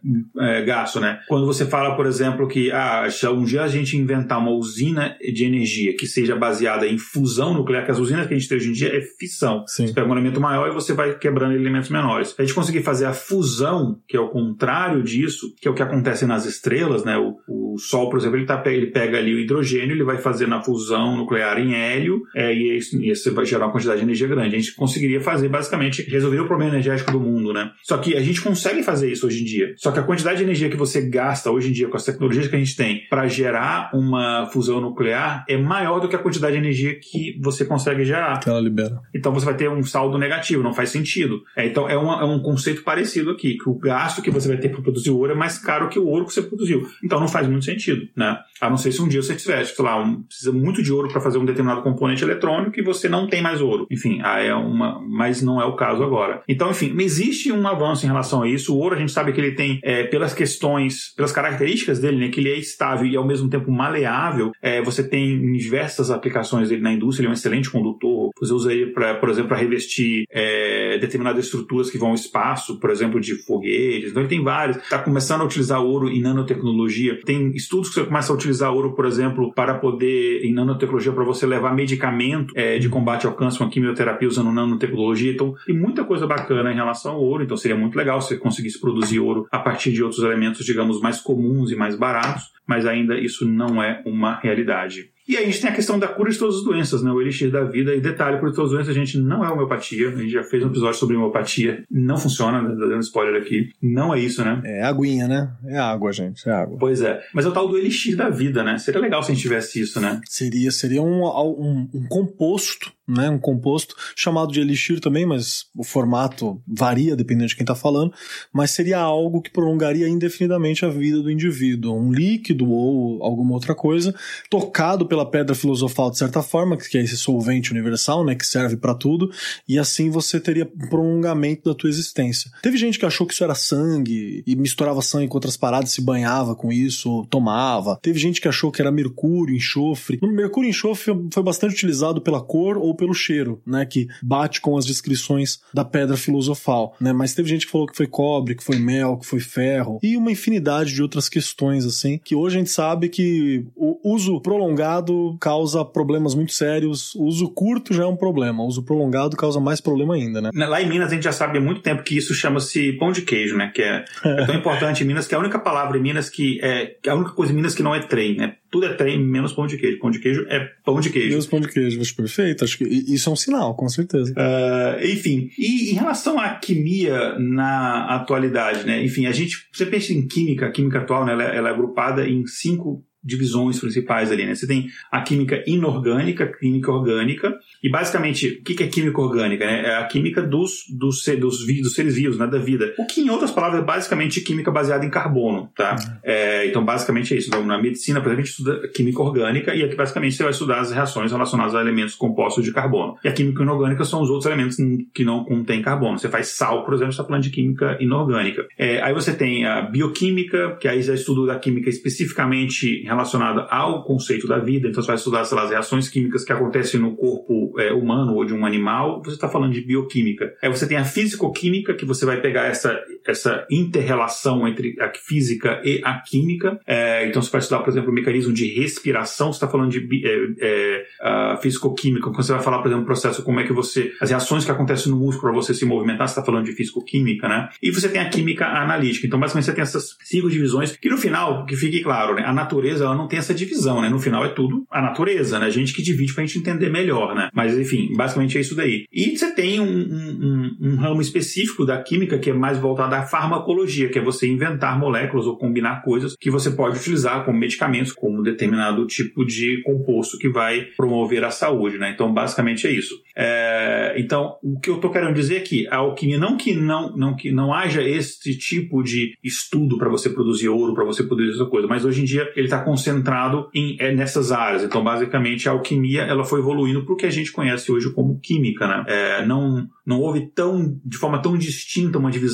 é, gasto, né? Quando você fala, por exemplo, que ah, se um dia a gente inventar uma usina de energia que seja baseada em fusão nuclear, que as usinas que a gente tem hoje em dia é fissão. Sim. Você pega um elemento maior e você vai quebrando elementos menores. Se a gente conseguir fazer a fusão, que é o contrário disso, que é o que acontece nas estrelas, né? O, o Sol, por exemplo, ele, tá, ele pega ali o hidrogênio, ele vai fazer na fusão nuclear em hélio, é, e isso, isso vai gerar uma quantidade de energia grande. A gente conseguiria fazer, basicamente, resolver o problema energético do mundo, né? Só que a gente consegue fazer isso hoje em dia. Só que a quantidade de energia que você gasta hoje em dia com as tecnologias que a gente tem para gerar uma fusão nuclear é maior do que a quantidade de energia que você consegue gerar. Que ela libera. Então você vai ter um saldo negativo, não faz sentido. É, então é, uma, é um conceito parecido aqui, que o gasto que você vai ter para produzir ouro é mais caro que o ouro que você produziu. Então não faz muito sentido, né? A não ser se um dia você tivesse, sei lá, um, precisa muito de ouro para fazer um determinado componente eletrônico e você não tem mais ouro. Enfim, aí é uma, mas não é o caso agora. Então, enfim, existe um avanço em relação a isso. O ouro, a gente sabe que ele tem, é, pelas questões, pelas características dele, né, que ele é estável e ao mesmo tempo maleável. É, você tem diversas aplicações dele na indústria, ele é um excelente condutor. Você usa ele, pra, por exemplo, para revestir é, determinadas estruturas que vão ao espaço, por exemplo, de foguetes. Então, ele tem vários. Está começando a utilizar ouro em nanotecnologia. Tem estudos que você começa a utilizar ouro, por exemplo, para poder, em nanotecnologia, para você levar medicamento é, de combate ao câncer, uma quimioterapia usando nanotecnologia. Então, tem muita coisa bacana em relação ao ouro. Então, seria muito legal se você conseguisse produzir ouro a partir de outros elementos, digamos, mais comuns e mais baratos, mas ainda isso não é uma realidade. E aí a gente tem a questão da cura de todas as doenças, né? O elixir da vida. E detalhe, cura de todas as doenças, a gente não é homeopatia. A gente já fez um episódio sobre homeopatia. Não funciona, né? Tá dando spoiler aqui. Não é isso, né? É aguinha, né? É água, gente. É água. Pois é. Mas é o tal do elixir da vida, né? Seria legal se a gente tivesse isso, né? Seria. Seria um, um, um composto, né? Um composto chamado de elixir também, mas o formato varia dependendo de quem tá falando. Mas seria algo que prolongaria indefinidamente a vida do indivíduo. Um líquido ou alguma outra coisa tocado pela pedra filosofal de certa forma, que é esse solvente universal, né, que serve pra tudo, e assim você teria um prolongamento da tua existência. Teve gente que achou que isso era sangue e misturava sangue com outras paradas, se banhava com isso, tomava. Teve gente que achou que era mercúrio, enxofre. O mercúrio e enxofre foi bastante utilizado pela cor ou pelo cheiro, né, que bate com as descrições da pedra filosofal, né, mas teve gente que falou que foi cobre, que foi mel, que foi ferro, e uma infinidade de outras questões, assim, que hoje a gente sabe que o uso prolongado causa problemas muito sérios. O uso curto já é um problema. O uso prolongado causa mais problema ainda, né? Lá em Minas a gente já sabe há muito tempo que isso chama-se pão de queijo, né? Que é, é. é tão importante em Minas, que é a única palavra em Minas que é... A única coisa em Minas que não é trem, né? Tudo é trem, menos pão de queijo. Pão de queijo é pão de queijo. Menos pão de queijo, acho perfeito. Acho que isso é um sinal, com certeza. Uh, enfim, e em relação à quimia na atualidade, né? Enfim, a gente... Você pensa em química, a química atual, né? Ela, ela é agrupada em cinco divisões principais ali, né? Você tem a química inorgânica, química orgânica, e basicamente, o que é química orgânica, né? É a química dos, dos, dos, dos seres vivos, né? Da vida. O que, em outras palavras, é basicamente química baseada em carbono, tá? Uhum. É, então, basicamente é isso. Então, na medicina, por exemplo, a gente estuda química orgânica, e aqui, basicamente, você vai estudar as reações relacionadas a elementos compostos de carbono. E a química inorgânica são os outros elementos que não contêm carbono. Você faz sal, por exemplo, você está falando de química inorgânica. É, aí você tem a bioquímica, que aí já estuda a química especificamente relacionada ao conceito da vida. Então você vai estudar, sei lá, as reações químicas que acontecem no corpo é, humano ou de um animal. Você está falando de bioquímica. Aí você tem a fisicoquímica, que você vai pegar essa, essa inter-relação entre a física e a química. É, então você vai estudar, por exemplo, o mecanismo de respiração. Você está falando de é, é, a fisicoquímica. Quando você vai falar, por exemplo, o processo, como é que você... As reações que acontecem no músculo para você se movimentar, você está falando de fisicoquímica, né? E você tem a química analítica. Então, basicamente, você tem essas cinco divisões que, no final, que fique claro, né? A natureza, ela não tem essa divisão, né? No final é tudo a natureza, né? A gente que divide pra gente entender melhor, né? Mas, enfim, basicamente é isso daí. E você tem um, um, um ramo específico da química que é mais voltado à farmacologia, que é você inventar moléculas ou combinar coisas que você pode utilizar como medicamentos, como determinado tipo de composto que vai promover a saúde, né? Então, basicamente é isso. É... Então, o que eu tô querendo dizer aqui, a alquimia, não que não, não, que não haja esse tipo de estudo para você produzir ouro, para você produzir essa coisa, mas hoje em dia ele está concentrado em, é, nessas áreas. Então, basicamente, a alquimia ela foi evoluindo para o que a gente conhece hoje como química, né? É, não, não houve tão, de forma tão distinta uma divisão como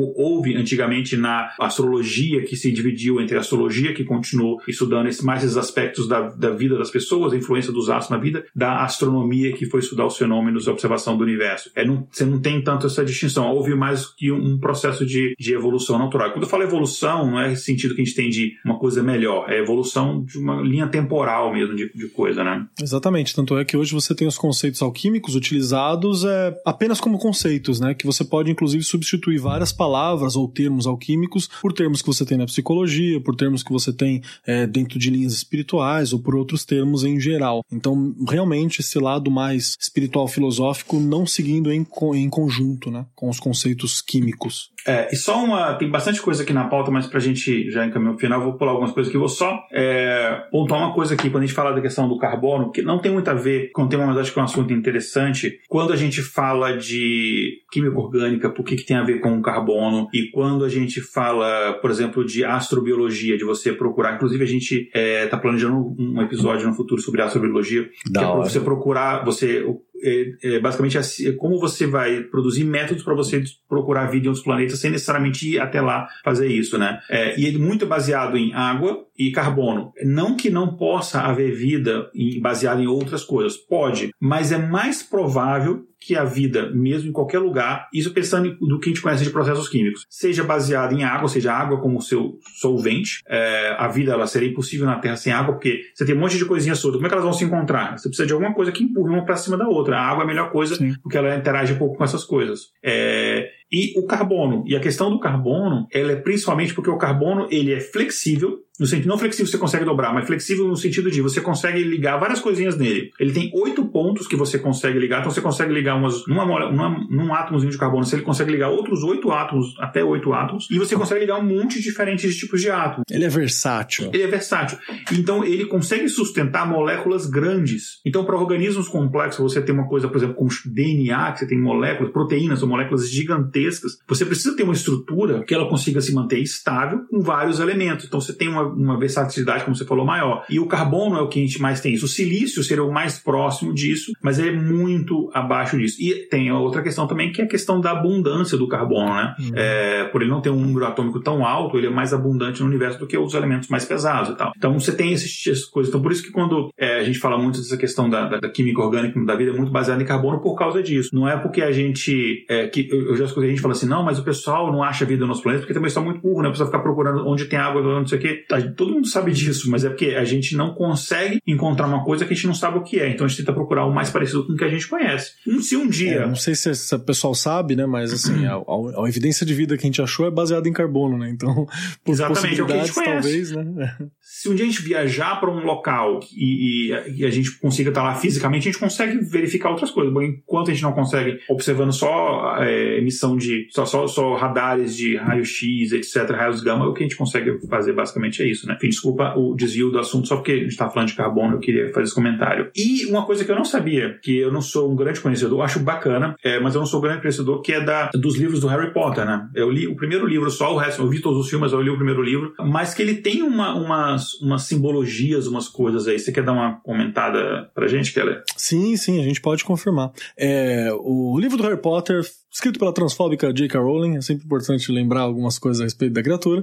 como houve antigamente na astrologia, que se dividiu entre a astrologia, que continuou estudando esse, mais esses aspectos da, da vida das pessoas, a influência dos astros na vida, da astronomia, que foi estudar os fenômenos e a observação do universo. É, não, você não tem tanto essa distinção. Houve mais que um, um processo de, de evolução natural. Quando eu falo evolução, não é esse sentido que a gente tem de uma coisa melhor, é evolução de uma linha temporal mesmo de, de coisa, né? Exatamente, tanto é que hoje você tem os conceitos alquímicos utilizados é, apenas como conceitos, né? Que você pode inclusive substituir várias palavras ou termos alquímicos por termos que você tem na psicologia, por termos que você tem é, dentro de linhas espirituais ou por outros termos em geral. Então, realmente, esse lado mais espiritual filosófico não seguindo em, em conjunto, né? Com os conceitos químicos. É, e só uma... Tem bastante coisa aqui na pauta, mas pra gente já encaminhar no final, vou pular algumas coisas aqui. Vou só é, pontuar uma coisa aqui, quando a gente fala da questão do carbono, que não tem muito a ver com o tema, mas acho que é um assunto interessante. Quando a gente fala de química orgânica, por que, que tem a ver com o carbono? E quando a gente fala, por exemplo, de astrobiologia, de você procurar... Inclusive, a gente é, tá planejando um episódio no futuro sobre astrobiologia, Da que é pra hora. você procurar... você É, é basicamente assim, como você vai produzir métodos para você procurar vida em outros planetas sem necessariamente ir até lá fazer isso, né? É, e ele é muito baseado em água e carbono. Não que não possa haver vida em, baseada em outras coisas, pode, mas é mais provável que a vida, mesmo em qualquer lugar, isso pensando em, do que a gente conhece de processos químicos, seja baseada em água, ou seja, a água como seu solvente. É, a vida ela seria impossível na Terra sem água, porque você tem um monte de coisinhas soltas. Como é que elas vão se encontrar? Você precisa de alguma coisa que empurre uma para cima da outra. A água é a melhor coisa, Sim. porque ela interage um pouco com essas coisas. É, e o carbono, e a questão do carbono, ela é principalmente porque o carbono ele é flexível, no sentido, não flexível você consegue dobrar, mas flexível no sentido de você consegue ligar várias coisinhas nele. Ele tem oito pontos que você consegue ligar, então você consegue ligar umas, numa, numa, num átomozinho de carbono, você consegue ligar outros oito átomos, até oito átomos, e você consegue ligar um monte de diferentes tipos de átomos. Ele é versátil. Ele é versátil. Então ele consegue sustentar moléculas grandes. Então para organismos complexos, você tem uma coisa, por exemplo, como D N A, que você tem moléculas, proteínas, ou moléculas gigantescas, você precisa ter uma estrutura que ela consiga se manter estável com vários elementos. Então você tem uma uma versatilidade, como você falou, maior. E o carbono é o que a gente mais tem isso. O silício seria o mais próximo disso, mas ele é muito abaixo disso. E tem a outra questão também, que é a questão da abundância do carbono, né? Uhum. É, por ele não ter um número atômico tão alto, ele é mais abundante no universo do que os elementos mais pesados e tal. Então você tem essas, essas coisas. Então por isso que quando é, a gente fala muito dessa questão da, da, da química orgânica da vida, é muito baseada em carbono por causa disso. Não é porque a gente... É, que eu, eu já escutei a gente falar assim, não, mas o pessoal não acha vida no nosso planeta, porque também está muito burro, né? Precisa ficar procurando onde tem água, não sei o quê. Todo mundo sabe disso, mas é porque a gente não consegue encontrar uma coisa que a gente não sabe o que é. Então a gente tenta procurar o mais parecido com o que a gente conhece. Se um dia... É, não sei se, se o pessoal sabe, né? Mas assim, a, a, a evidência de vida que a gente achou é baseada em carbono, né? Então, por Exatamente, possibilidades, é o que a gente talvez, né? Se um dia a gente viajar para um local e, e, e a gente consiga estar lá fisicamente, a gente consegue verificar outras coisas. Bom, enquanto a gente não consegue, observando só é, emissão de... Só, só, só radares de raio-x, etcétera, raios gama, o que a gente consegue fazer basicamente é isso, né? Enfim, desculpa o desvio do assunto, só porque a gente estava falando de carbono, eu queria fazer esse comentário. E uma coisa que eu não sabia, que eu não sou um grande conhecedor, acho bacana, é, mas eu não sou um grande conhecedor, que é da, dos livros do Harry Potter, né? Eu li o primeiro livro só, o resto, eu vi todos os filmes, eu li o primeiro livro, mas que ele tem uma, umas, umas simbologias, umas coisas aí. Você quer dar uma comentada pra gente, Keller? Sim, sim, a gente pode confirmar. É, o livro do Harry Potter, escrito pela transfóbica J K Rowling, é sempre importante lembrar algumas coisas a respeito da criatura,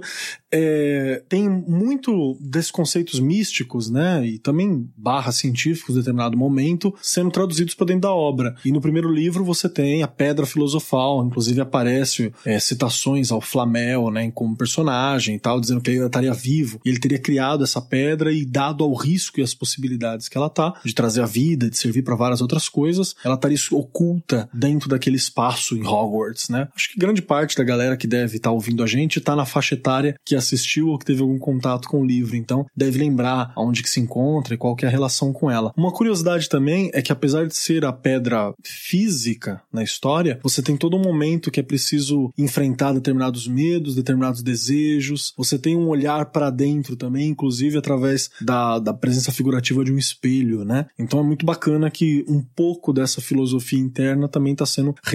é, tem muito desses conceitos místicos, né, e também barra científicos em determinado momento, sendo traduzidos para dentro da obra. E no primeiro livro você tem a Pedra Filosofal, inclusive aparece é, citações ao Flamel, né, como personagem e tal, dizendo que ele ainda estaria vivo, e ele teria criado essa pedra e dado ao risco e as possibilidades que ela tá, de trazer a vida, de servir para várias outras coisas, ela estaria oculta dentro daquele espaço em Hogwarts, né? Acho que grande parte da galera que deve estar tá ouvindo a gente tá na faixa etária que assistiu ou que teve algum contato com o livro, então deve lembrar aonde que se encontra e qual que é a relação com ela. Uma curiosidade também é que apesar de ser a pedra física na história, você tem todo um momento que é preciso enfrentar determinados medos, determinados desejos, você tem um olhar para dentro também, inclusive através da, da presença figurativa de um espelho, né? Então é muito bacana que um pouco dessa filosofia interna também está sendo retratada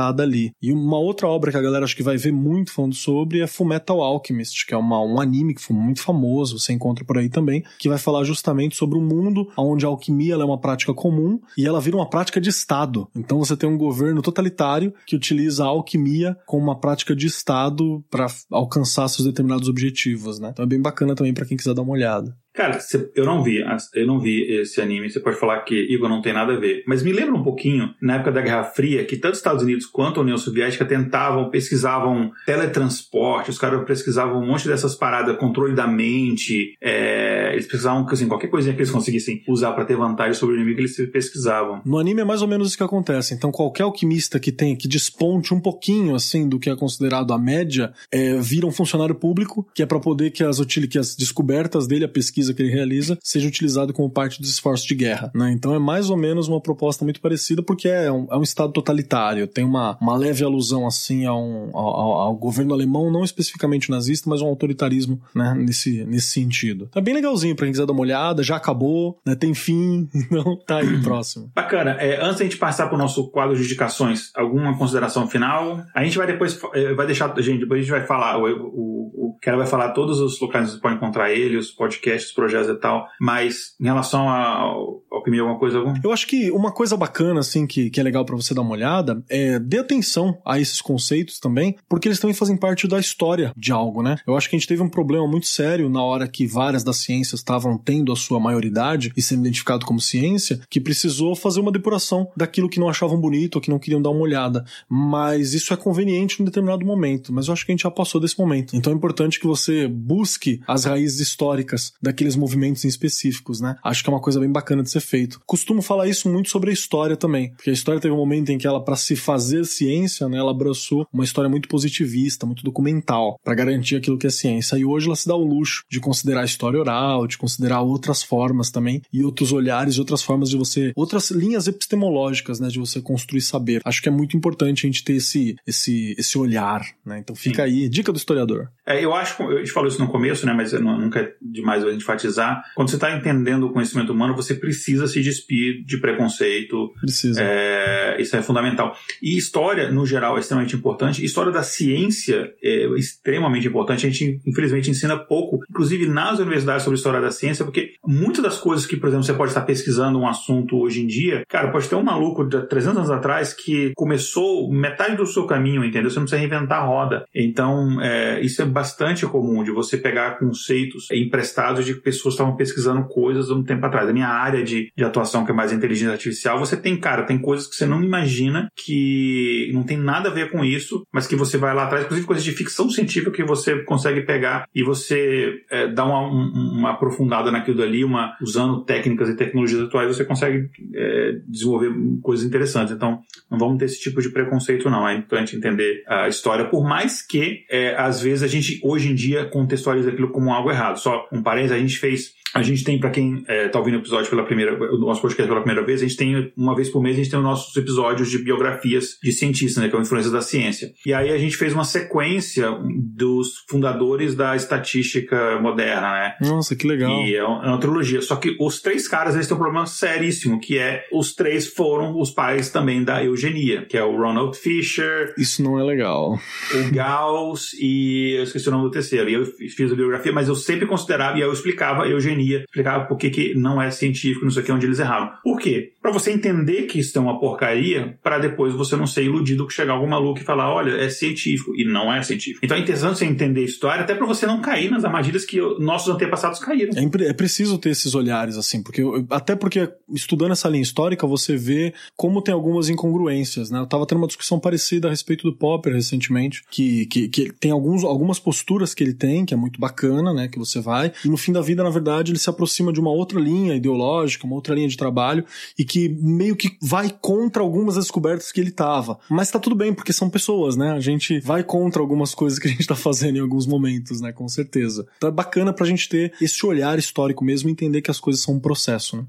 representada ali. E uma outra obra que a galera acho que vai ver muito falando sobre é Fullmetal Alchemist, que é uma, um anime que foi muito famoso, você encontra por aí também, que vai falar justamente sobre um mundo onde a alquimia ela é uma prática comum e ela vira uma prática de Estado. Então você tem um governo totalitário que utiliza a alquimia como uma prática de Estado para alcançar seus determinados objetivos, né? Então é bem bacana também para quem quiser dar uma olhada. Cara, eu não vi, eu não vi esse anime, você pode falar que, Igor, não tem nada a ver, mas me lembra um pouquinho, na época da Guerra Fria, que tanto os Estados Unidos quanto a União Soviética tentavam, pesquisavam teletransporte, os caras pesquisavam um monte dessas paradas, controle da mente, é, eles pesquisavam, assim, qualquer coisinha que eles conseguissem usar pra ter vantagem sobre o inimigo, eles pesquisavam. No anime é mais ou menos isso que acontece, então qualquer alquimista que tem, que desponte um pouquinho, assim, do que é considerado a média, é, vira um funcionário público, que é pra poder que as, que as descobertas dele, a pesquisa que ele realiza, seja utilizado como parte dos esforços de guerra, né? Então é mais ou menos uma proposta muito parecida, porque é um, é um estado totalitário, tem uma, uma leve alusão assim a um, ao, ao governo alemão, não especificamente nazista, mas um autoritarismo, né, nesse, nesse sentido. Então é bem legalzinho pra quem quiser dar uma olhada, já acabou, né, tem fim, então tá aí próximo. Bacana, é, antes da gente passar pro nosso quadro de indicações, alguma consideração final? A gente vai depois, vai deixar, gente, depois a gente vai falar, o, o, o cara vai falar todos os locais onde você pode encontrar ele, os podcasts, projetos e tal, mas em relação ao alquimia, alguma coisa? Algum? Eu acho que uma coisa bacana, assim, que, que é legal pra você dar uma olhada, é dê atenção a esses conceitos também, porque eles também fazem parte da história de algo, né? Eu acho que a gente teve um problema muito sério na hora que várias das ciências estavam tendo a sua maioridade e sendo identificado como ciência, que precisou fazer uma depuração daquilo que não achavam bonito ou que não queriam dar uma olhada. Mas isso é conveniente em um determinado momento, mas eu acho que a gente já passou desse momento. Então é importante que você busque as raízes históricas daqueles movimentos em específicos, né? Acho que é uma coisa bem bacana de ser feito. Costumo falar isso muito sobre a história também, porque a história teve um momento em que ela, para se fazer ciência, né, ela abraçou uma história muito positivista, muito documental, para garantir aquilo que é ciência. E hoje ela se dá o luxo de considerar a história oral, de considerar outras formas também, e outros olhares e outras formas de você, outras linhas epistemológicas, né, de você construir saber. Acho que é muito importante a gente ter esse, esse, esse olhar, né? Então fica Sim. aí, dica do historiador. É, eu acho, a gente falou isso no começo, né, mas nunca é demais a gente enfatizar. Quando você está entendendo o conhecimento humano, você precisa se despir de preconceito. Precisa. É, isso é fundamental. E história, no geral, é extremamente importante. História da ciência é extremamente importante. A gente, infelizmente, ensina pouco, inclusive nas universidades, sobre história da ciência, porque muitas das coisas que, por exemplo, você pode estar pesquisando um assunto hoje em dia, cara, pode ter um maluco de trezentos anos atrás que começou metade do seu caminho, entendeu? Você não precisa reinventar a roda. Então, é, isso é bastante comum, de você pegar conceitos emprestados de pessoas que estavam pesquisando coisas há um tempo atrás. A minha área de, de atuação, que é mais inteligência artificial, você tem, cara, tem coisas que você não imagina, que não tem nada a ver com isso, mas que você vai lá atrás, inclusive coisas de ficção científica que você consegue pegar e você é, dá uma, um, uma aprofundada naquilo dali, uma, usando técnicas e tecnologias atuais, você consegue é, desenvolver coisas interessantes. Então, não vamos ter esse tipo de preconceito, não. É importante entender a história, por mais que, é, às vezes, a gente, hoje em dia, contextualiza aquilo como algo errado. Só um parênteses, a gente fez... A gente tem, para quem está é, ouvindo o episódio pela primeira, o nosso podcast pela primeira vez, a gente tem, uma vez por mês, a gente tem os nossos episódios de biografias de cientistas, né, que é a influência da ciência. E aí a gente fez uma sequência dos fundadores da estatística moderna, né? Nossa, que legal. E é uma, é uma trilogia. Só que os três caras, eles têm um problema seríssimo, que é, os três foram os pais também da eugenia, que é o Ronald Fisher... Isso não é legal. O Gauss e... eu esqueci o nome do terceiro. E eu fiz a biografia, mas eu sempre considerava, e eu explicava a eugenia, explicava por que, que não é científico, não sei o que, onde eles erraram. Por quê? Pra você entender que isso é uma porcaria, pra depois você não ser iludido que chegar algum maluco e falar, olha, é científico, e não é científico. Então é interessante você entender a história, até pra você não cair nas armadilhas que nossos antepassados caíram. É, é preciso ter esses olhares, assim, porque eu, até porque estudando essa linha histórica, você vê como tem algumas incongruências, né? Eu tava tendo uma discussão parecida a respeito do Popper recentemente, que, que, que tem alguns, algumas posturas que ele tem, que é muito bacana, né? Que você vai, e no fim da vida, na verdade, ele se aproxima de uma outra linha ideológica, uma outra linha de trabalho, e que meio que vai contra algumas das descobertas que ele tava. Mas tá tudo bem, porque são pessoas, né? A gente vai contra algumas coisas que a gente tá fazendo em alguns momentos, né? Com certeza. Então é bacana pra gente ter esse olhar histórico mesmo e entender que as coisas são um processo, né?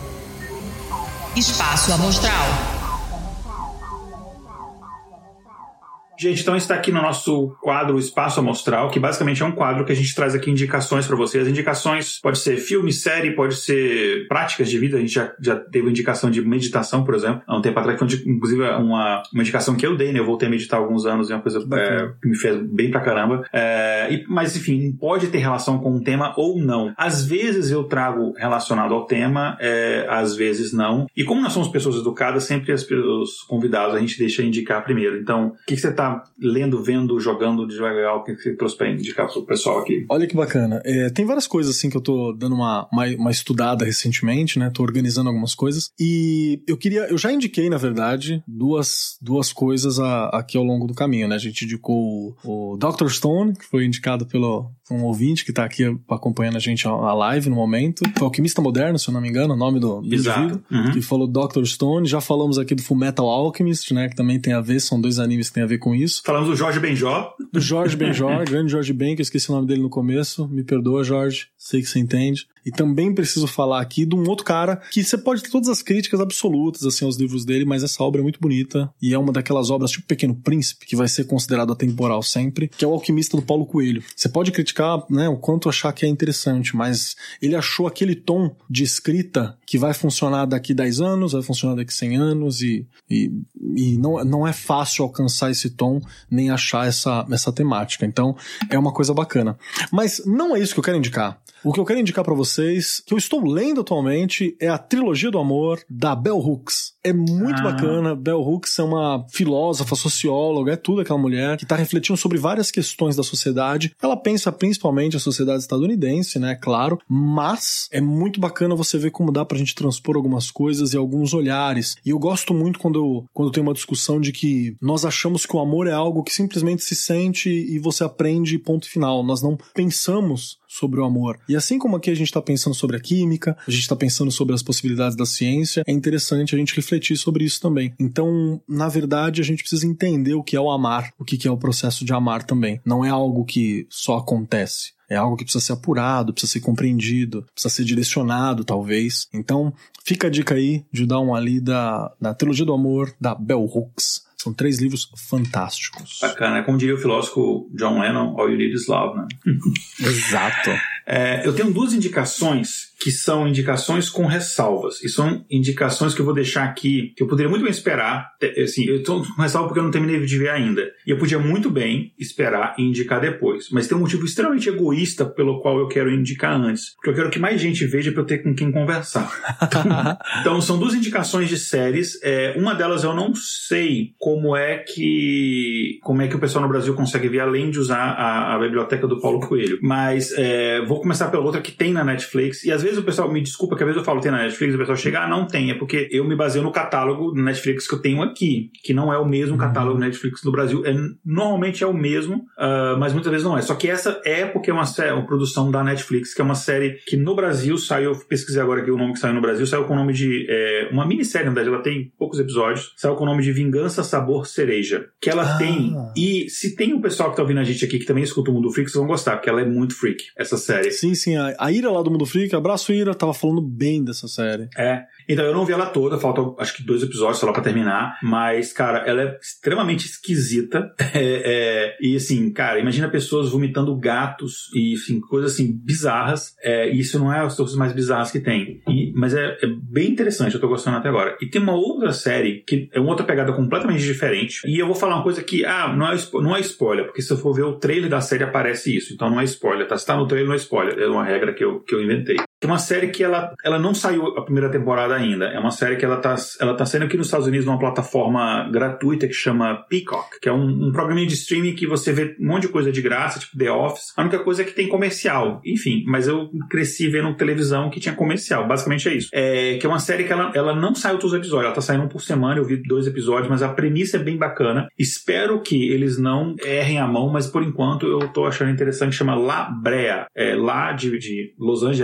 Espaço Amostral. Gente, então está aqui no nosso quadro Espaço Amostral, que basicamente é um quadro que a gente traz aqui indicações para vocês. Indicações pode ser filme, série, pode ser práticas de vida. A gente já, já teve indicação de meditação, por exemplo, há um tempo atrás, que foi inclusive uma, uma indicação que eu dei, né? Eu voltei a meditar há alguns anos, é uma coisa é, que me fez bem pra caramba. É, e, mas, enfim, pode ter relação com o tema ou não. Às vezes eu trago relacionado ao tema, é, às vezes não. E como nós somos pessoas educadas, sempre as, os convidados a gente deixa indicar primeiro. Então, o que, que você tá lendo, vendo, jogando de legal? O que, que você trouxe pra indicar pro pessoal aqui? Olha que bacana. É, tem várias coisas assim que eu tô dando uma, uma, uma estudada recentemente, né? Tô organizando algumas coisas. E eu queria... Eu já indiquei, na verdade, duas, duas coisas a, aqui ao longo do caminho, né? A gente indicou o, o doutor Stone, que foi indicado pelo um ouvinte que tá aqui acompanhando a gente a live no momento. Foi o Alquimista Moderno, se eu não me engano, o nome do, do indivíduo. Uhum. Que falou doutor Stone. Já falamos aqui do Fullmetal Alchemist, né? Que também tem a ver, são dois animes que tem a ver com isso. Falamos do Jorge Benjó. Do Jorge Benjó, grande Jorge Ben, que eu esqueci o nome dele no começo. Me perdoa, Jorge. Sei que você entende. E também preciso falar aqui de um outro cara que você pode ter todas as críticas absolutas assim aos livros dele, mas essa obra é muito bonita e é uma daquelas obras tipo Pequeno Príncipe, que vai ser considerado atemporal sempre, que é o Alquimista do Paulo Coelho. Você pode criticar, né, o quanto achar que é interessante, mas ele achou aquele tom de escrita que vai funcionar daqui dez anos, vai funcionar daqui cem anos e, e, e não, não é fácil alcançar esse tom nem achar essa, essa temática. Então é uma coisa bacana. Mas não é isso que eu quero indicar. O que eu quero indicar pra vocês, que eu estou lendo atualmente, é a Trilogia do Amor, da Bell Hooks. É muito ah. bacana. Bell Hooks é uma filósofa, socióloga, é tudo aquela mulher que está refletindo sobre várias questões da sociedade. Ela pensa principalmente a sociedade estadunidense, né, claro, mas é muito bacana você ver como dá pra gente transpor algumas coisas e alguns olhares. E eu gosto muito quando eu, quando tem uma discussão de que nós achamos que o amor é algo que simplesmente se sente e você aprende ponto final. Nós não pensamos sobre o amor. E assim como aqui a gente está pensando sobre a química, a gente está pensando sobre as possibilidades da ciência, é interessante a gente refletir sobre isso também. Então, na verdade, a gente precisa entender o que é o amar, o que é o processo de amar também. Não é algo que só acontece. É algo que precisa ser apurado, precisa ser compreendido, precisa ser direcionado, talvez. Então, fica a dica aí de dar uma lida na Trilogia do Amor, da Bell Hooks. São três livros fantásticos. Bacana. Como diria o filósofo John Lennon, all you need is love, né? Exato. É, eu tenho duas indicações que são indicações com ressalvas. E são indicações que eu vou deixar aqui, que eu poderia muito bem esperar. Assim, eu estou com ressalva porque eu não terminei de ver ainda. E eu podia muito bem esperar e indicar depois. Mas tem um motivo extremamente egoísta pelo qual eu quero indicar antes. Porque eu quero que mais gente veja para eu ter com quem conversar. Então, são duas indicações de séries. É, uma delas eu não sei como é que como é que o pessoal no Brasil consegue ver, além de usar a, a biblioteca do Paulo Coelho. Mas é, vou começar pela outra que tem na Netflix. E às vezes o pessoal, me desculpa que às vezes eu falo tem na Netflix, o pessoal chega, ah, não tem. É porque eu me baseio no catálogo da Netflix que eu tenho aqui, que não é o mesmo catálogo da Netflix no Brasil. É, normalmente é o mesmo, uh, mas muitas vezes não é. Só que essa é porque é uma, série, uma produção da Netflix, que é uma série que no Brasil saiu, eu pesquisei agora aqui o nome que saiu no Brasil, saiu com o nome de é, uma minissérie, na verdade, ela tem poucos episódios, saiu com o nome de Vingança Sabor Cereja, que ela ah. tem, e se tem o pessoal que tá ouvindo a gente aqui que também escuta o Mundo Freak, vocês vão gostar, porque ela é muito freak, essa série. Sim, sim, a, a Ira lá do Mundo Freak, abraço Ira, tava falando bem dessa série. É, então eu não vi ela toda, faltam acho que dois episódios só lá pra terminar, mas, cara, ela é extremamente esquisita, é, é, e assim, cara, imagina pessoas vomitando gatos e, enfim, coisas assim, bizarras, é, e isso não é as coisas mais bizarras que tem, e, mas é, é bem interessante, eu tô gostando até agora. E tem uma outra série que é uma outra pegada completamente diferente, e eu vou falar uma coisa que, ah, não é, não é spoiler, porque se eu for ver o trailer da série aparece isso, então não é spoiler, tá? Se tá no trailer não é spoiler, é uma regra que eu, que eu inventei. É uma série que ela, ela não saiu a primeira temporada ainda. É uma série que ela tá, ela tá saindo aqui nos Estados Unidos numa plataforma gratuita que chama Peacock, que é um, um programinha de streaming que você vê um monte de coisa de graça, tipo The Office. A única coisa é que tem comercial. Enfim, mas eu cresci vendo televisão que tinha comercial. Basicamente é isso. É, que é uma série que ela, ela não saiu todos os episódios. Ela tá saindo um por semana. Eu vi dois episódios, mas a premissa é bem bacana. Espero que eles não errem a mão, mas por enquanto eu tô achando interessante. Chama La Brea. É, lá de, de Los Angeles,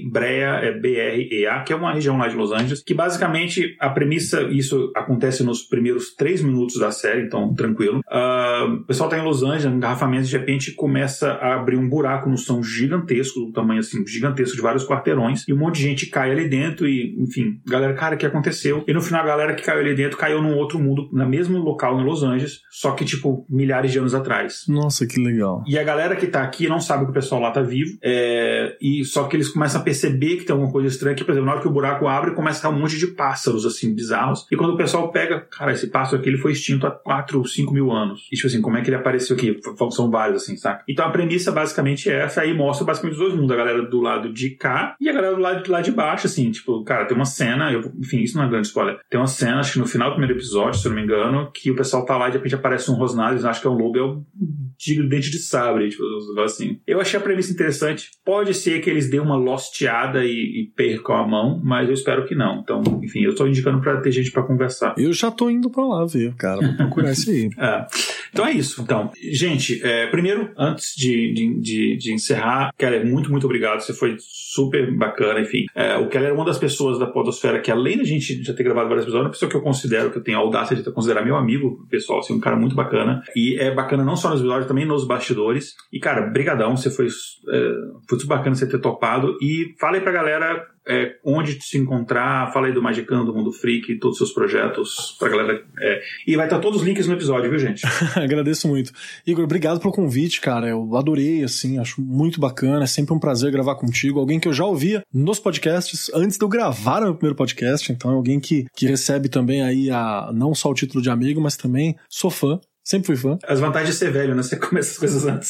Brea, é B R E A, que é uma região lá de Los Angeles, que basicamente a premissa, isso acontece nos primeiros três minutos da série, então tranquilo. Uh, o pessoal tá em Los Angeles, um engarrafamento, de repente começa a abrir um buraco no chão gigantesco, do tamanho assim, gigantesco de vários quarteirões, e um monte de gente cai ali dentro e, enfim, galera, cara, o que aconteceu? E no final a galera que caiu ali dentro caiu num outro mundo, no mesmo local em Los Angeles, só que tipo milhares de anos atrás. Nossa, que legal. E a galera que tá aqui não sabe que o pessoal lá tá vivo, é... e só que eles começam a perceber que tem alguma coisa estranha, que, por exemplo, na hora que o buraco abre, começa a cair um monte de pássaros, assim, bizarros, e quando o pessoal pega, cara, esse pássaro aqui, ele foi extinto há quatro, cinco mil anos. E tipo assim, como é que ele apareceu aqui? São vários, assim, saca? Então a premissa basicamente é essa, aí mostra basicamente os dois mundos, a galera do lado de cá e a galera do lado, do lado de baixo, assim, tipo, cara, tem uma cena, eu, enfim, isso não é grande spoiler, tem uma cena, acho que no final do primeiro episódio, se eu não me engano, que o pessoal tá lá e de repente aparece um rosnado, eles acham que é um lobo, é um tigre dente de sabre, tipo, assim. Eu achei a premissa interessante, pode ser que eles dêem uma losteada e, e percam a mão, mas eu espero que não. Então, enfim, eu tô indicando pra ter gente pra conversar. Eu já tô indo pra lá ver, cara, pra procurar isso aí. É. Então é isso. Então, gente, é, primeiro, antes de, de, de, de encerrar, Keller, muito, muito obrigado. Você foi super bacana, enfim. É, o Keller é uma das pessoas da podosfera que, além da gente já ter gravado várias episódios, é uma pessoa que eu considero, que eu tenho a audácia de considerar meu amigo, pessoal, assim, um cara muito bacana. E é bacana não só nos episódios, também nos bastidores. E, cara, brigadão, você foi, é, foi super bacana você ter topado. E fala aí pra galera é, onde se encontrar, fala aí do Magicando, do Mundo Freak, todos os seus projetos pra galera. É, e vai estar todos os links no episódio, viu, gente? Agradeço muito. Igor, obrigado pelo convite, cara. Eu adorei, assim, acho muito bacana. É sempre um prazer gravar contigo. Alguém que eu já ouvia nos podcasts antes de eu gravar o meu primeiro podcast. Então é alguém que, que recebe também aí a, não só o título de amigo, mas também sou fã. Sempre fui fã. As vantagens de ser velho, né? Você começa as coisas antes.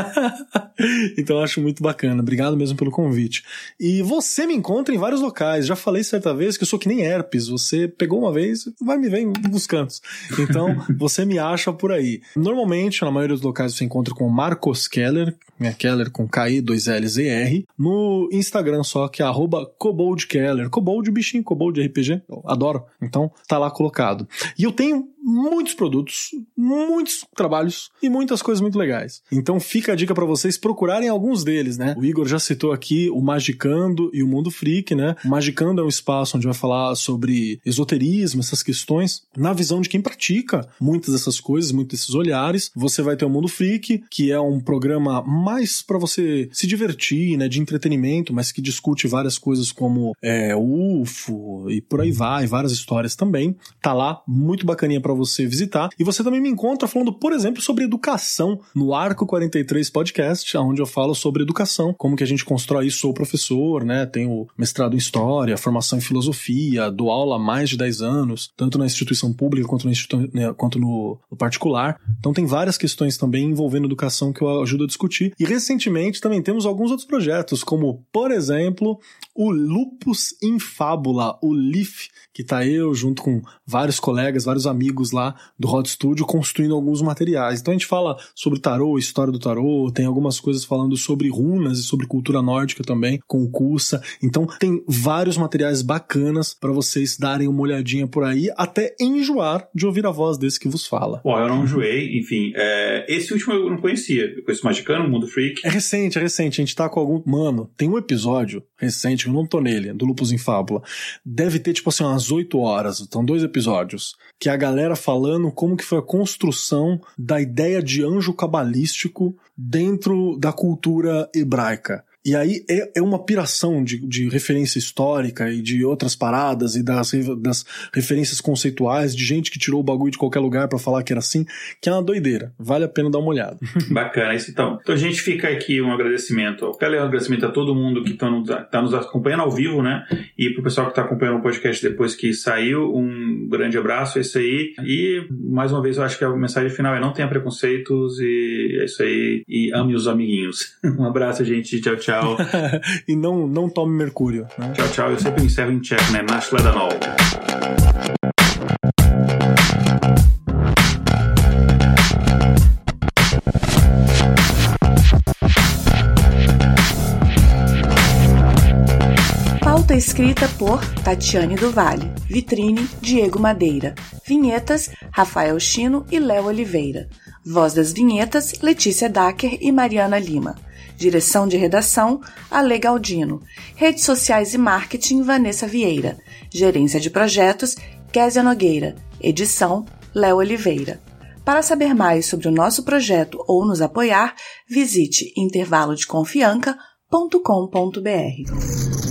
Então eu acho muito bacana. Obrigado mesmo pelo convite. E você me encontra em vários locais. Já falei certa vez que eu sou que nem herpes. Você pegou uma vez, vai me ver em uns cantos. Então você me acha por aí. Normalmente, na maioria dos locais, você encontra com Marcos Keller. É Keller com K I, dois L's e R. No Instagram só, que é arroba koboldkeller. Kobold, bichinho, kobold R P G. Eu adoro. Então tá lá colocado. E eu tenho muitos produtos, muitos trabalhos e muitas coisas muito legais. Então fica a dica pra vocês procurarem alguns deles, né? O Igor já citou aqui o Magicando e o Mundo Freak, né? O Magicando é um espaço onde vai falar sobre esoterismo, essas questões, na visão de quem pratica muitas dessas coisas, muitos desses olhares. Você vai ter o Mundo Freak, que é um programa mais pra você se divertir, né? De entretenimento, mas que discute várias coisas como é, U F O e por aí vai, várias histórias também. Tá lá, muito bacaninha pra você visitar. E você também me encontra falando, por exemplo, sobre educação no Arco quarenta e três Podcast, onde eu falo sobre educação, como que a gente constrói isso. Sou professor, né? Tenho mestrado em História, formação em Filosofia, dou aula há mais de dez anos, tanto na instituição pública quanto, na institu- né, quanto no, no particular. Então tem várias questões também envolvendo educação que eu ajudo a discutir. E recentemente também temos alguns outros projetos, como, por exemplo, o Lupus in Fábula, o L I F, que tá eu junto com vários colegas, vários amigos lá do Hot Studio construindo alguns materiais. Então a gente fala sobre tarô, história do tarô, tem algumas coisas falando sobre runas e sobre cultura nórdica também, com o Kusa. Então tem vários materiais bacanas para vocês darem uma olhadinha por aí, até enjoar de ouvir a voz desse que vos fala. Bom, eu não enjoei, enfim. É, esse último eu não conhecia. Eu conheço Magicando, Mundo Freak. É recente, é recente. A gente tá com algum... Mano, tem um episódio recente, eu não tô nele, do Lupus in Fábula. Deve ter, tipo assim, umas oito horas. Então, dois episódios. Que é a galera falando como que foi a construção da ideia de anjo cabalístico dentro da cultura hebraica. E aí é, é uma piração de, de referência histórica e de outras paradas e das, das referências conceituais de gente que tirou o bagulho de qualquer lugar pra falar que era assim, que é uma doideira. Vale a pena dar uma olhada. Bacana isso então. Então a gente fica aqui um agradecimento. Eu quero um agradecimento a todo mundo que tá nos, tá nos acompanhando ao vivo, né? E pro pessoal que tá acompanhando o podcast depois que saiu, um grande abraço, é isso aí. E mais uma vez eu acho que a mensagem final é não tenha preconceitos e é isso aí. E ame os amiguinhos. Um abraço, gente. Tchau, tchau. E não, não tome mercúrio, né? Tchau, tchau. Eu sempre encerro em check, né? Na Sledanol. Pauta escrita por Tatiane do Vale. Vitrine, Diego Madeira. Vinhetas, Rafael Chino e Léo Oliveira. Voz das vinhetas, Letícia Dacker e Mariana Lima. Direção de redação, Ale Galdino. Redes sociais e marketing, Vanessa Vieira. Gerência de projetos, Késia Nogueira. Edição, Léo Oliveira. Para saber mais sobre o nosso projeto ou nos apoiar, visite intervalo de confianca ponto com ponto br.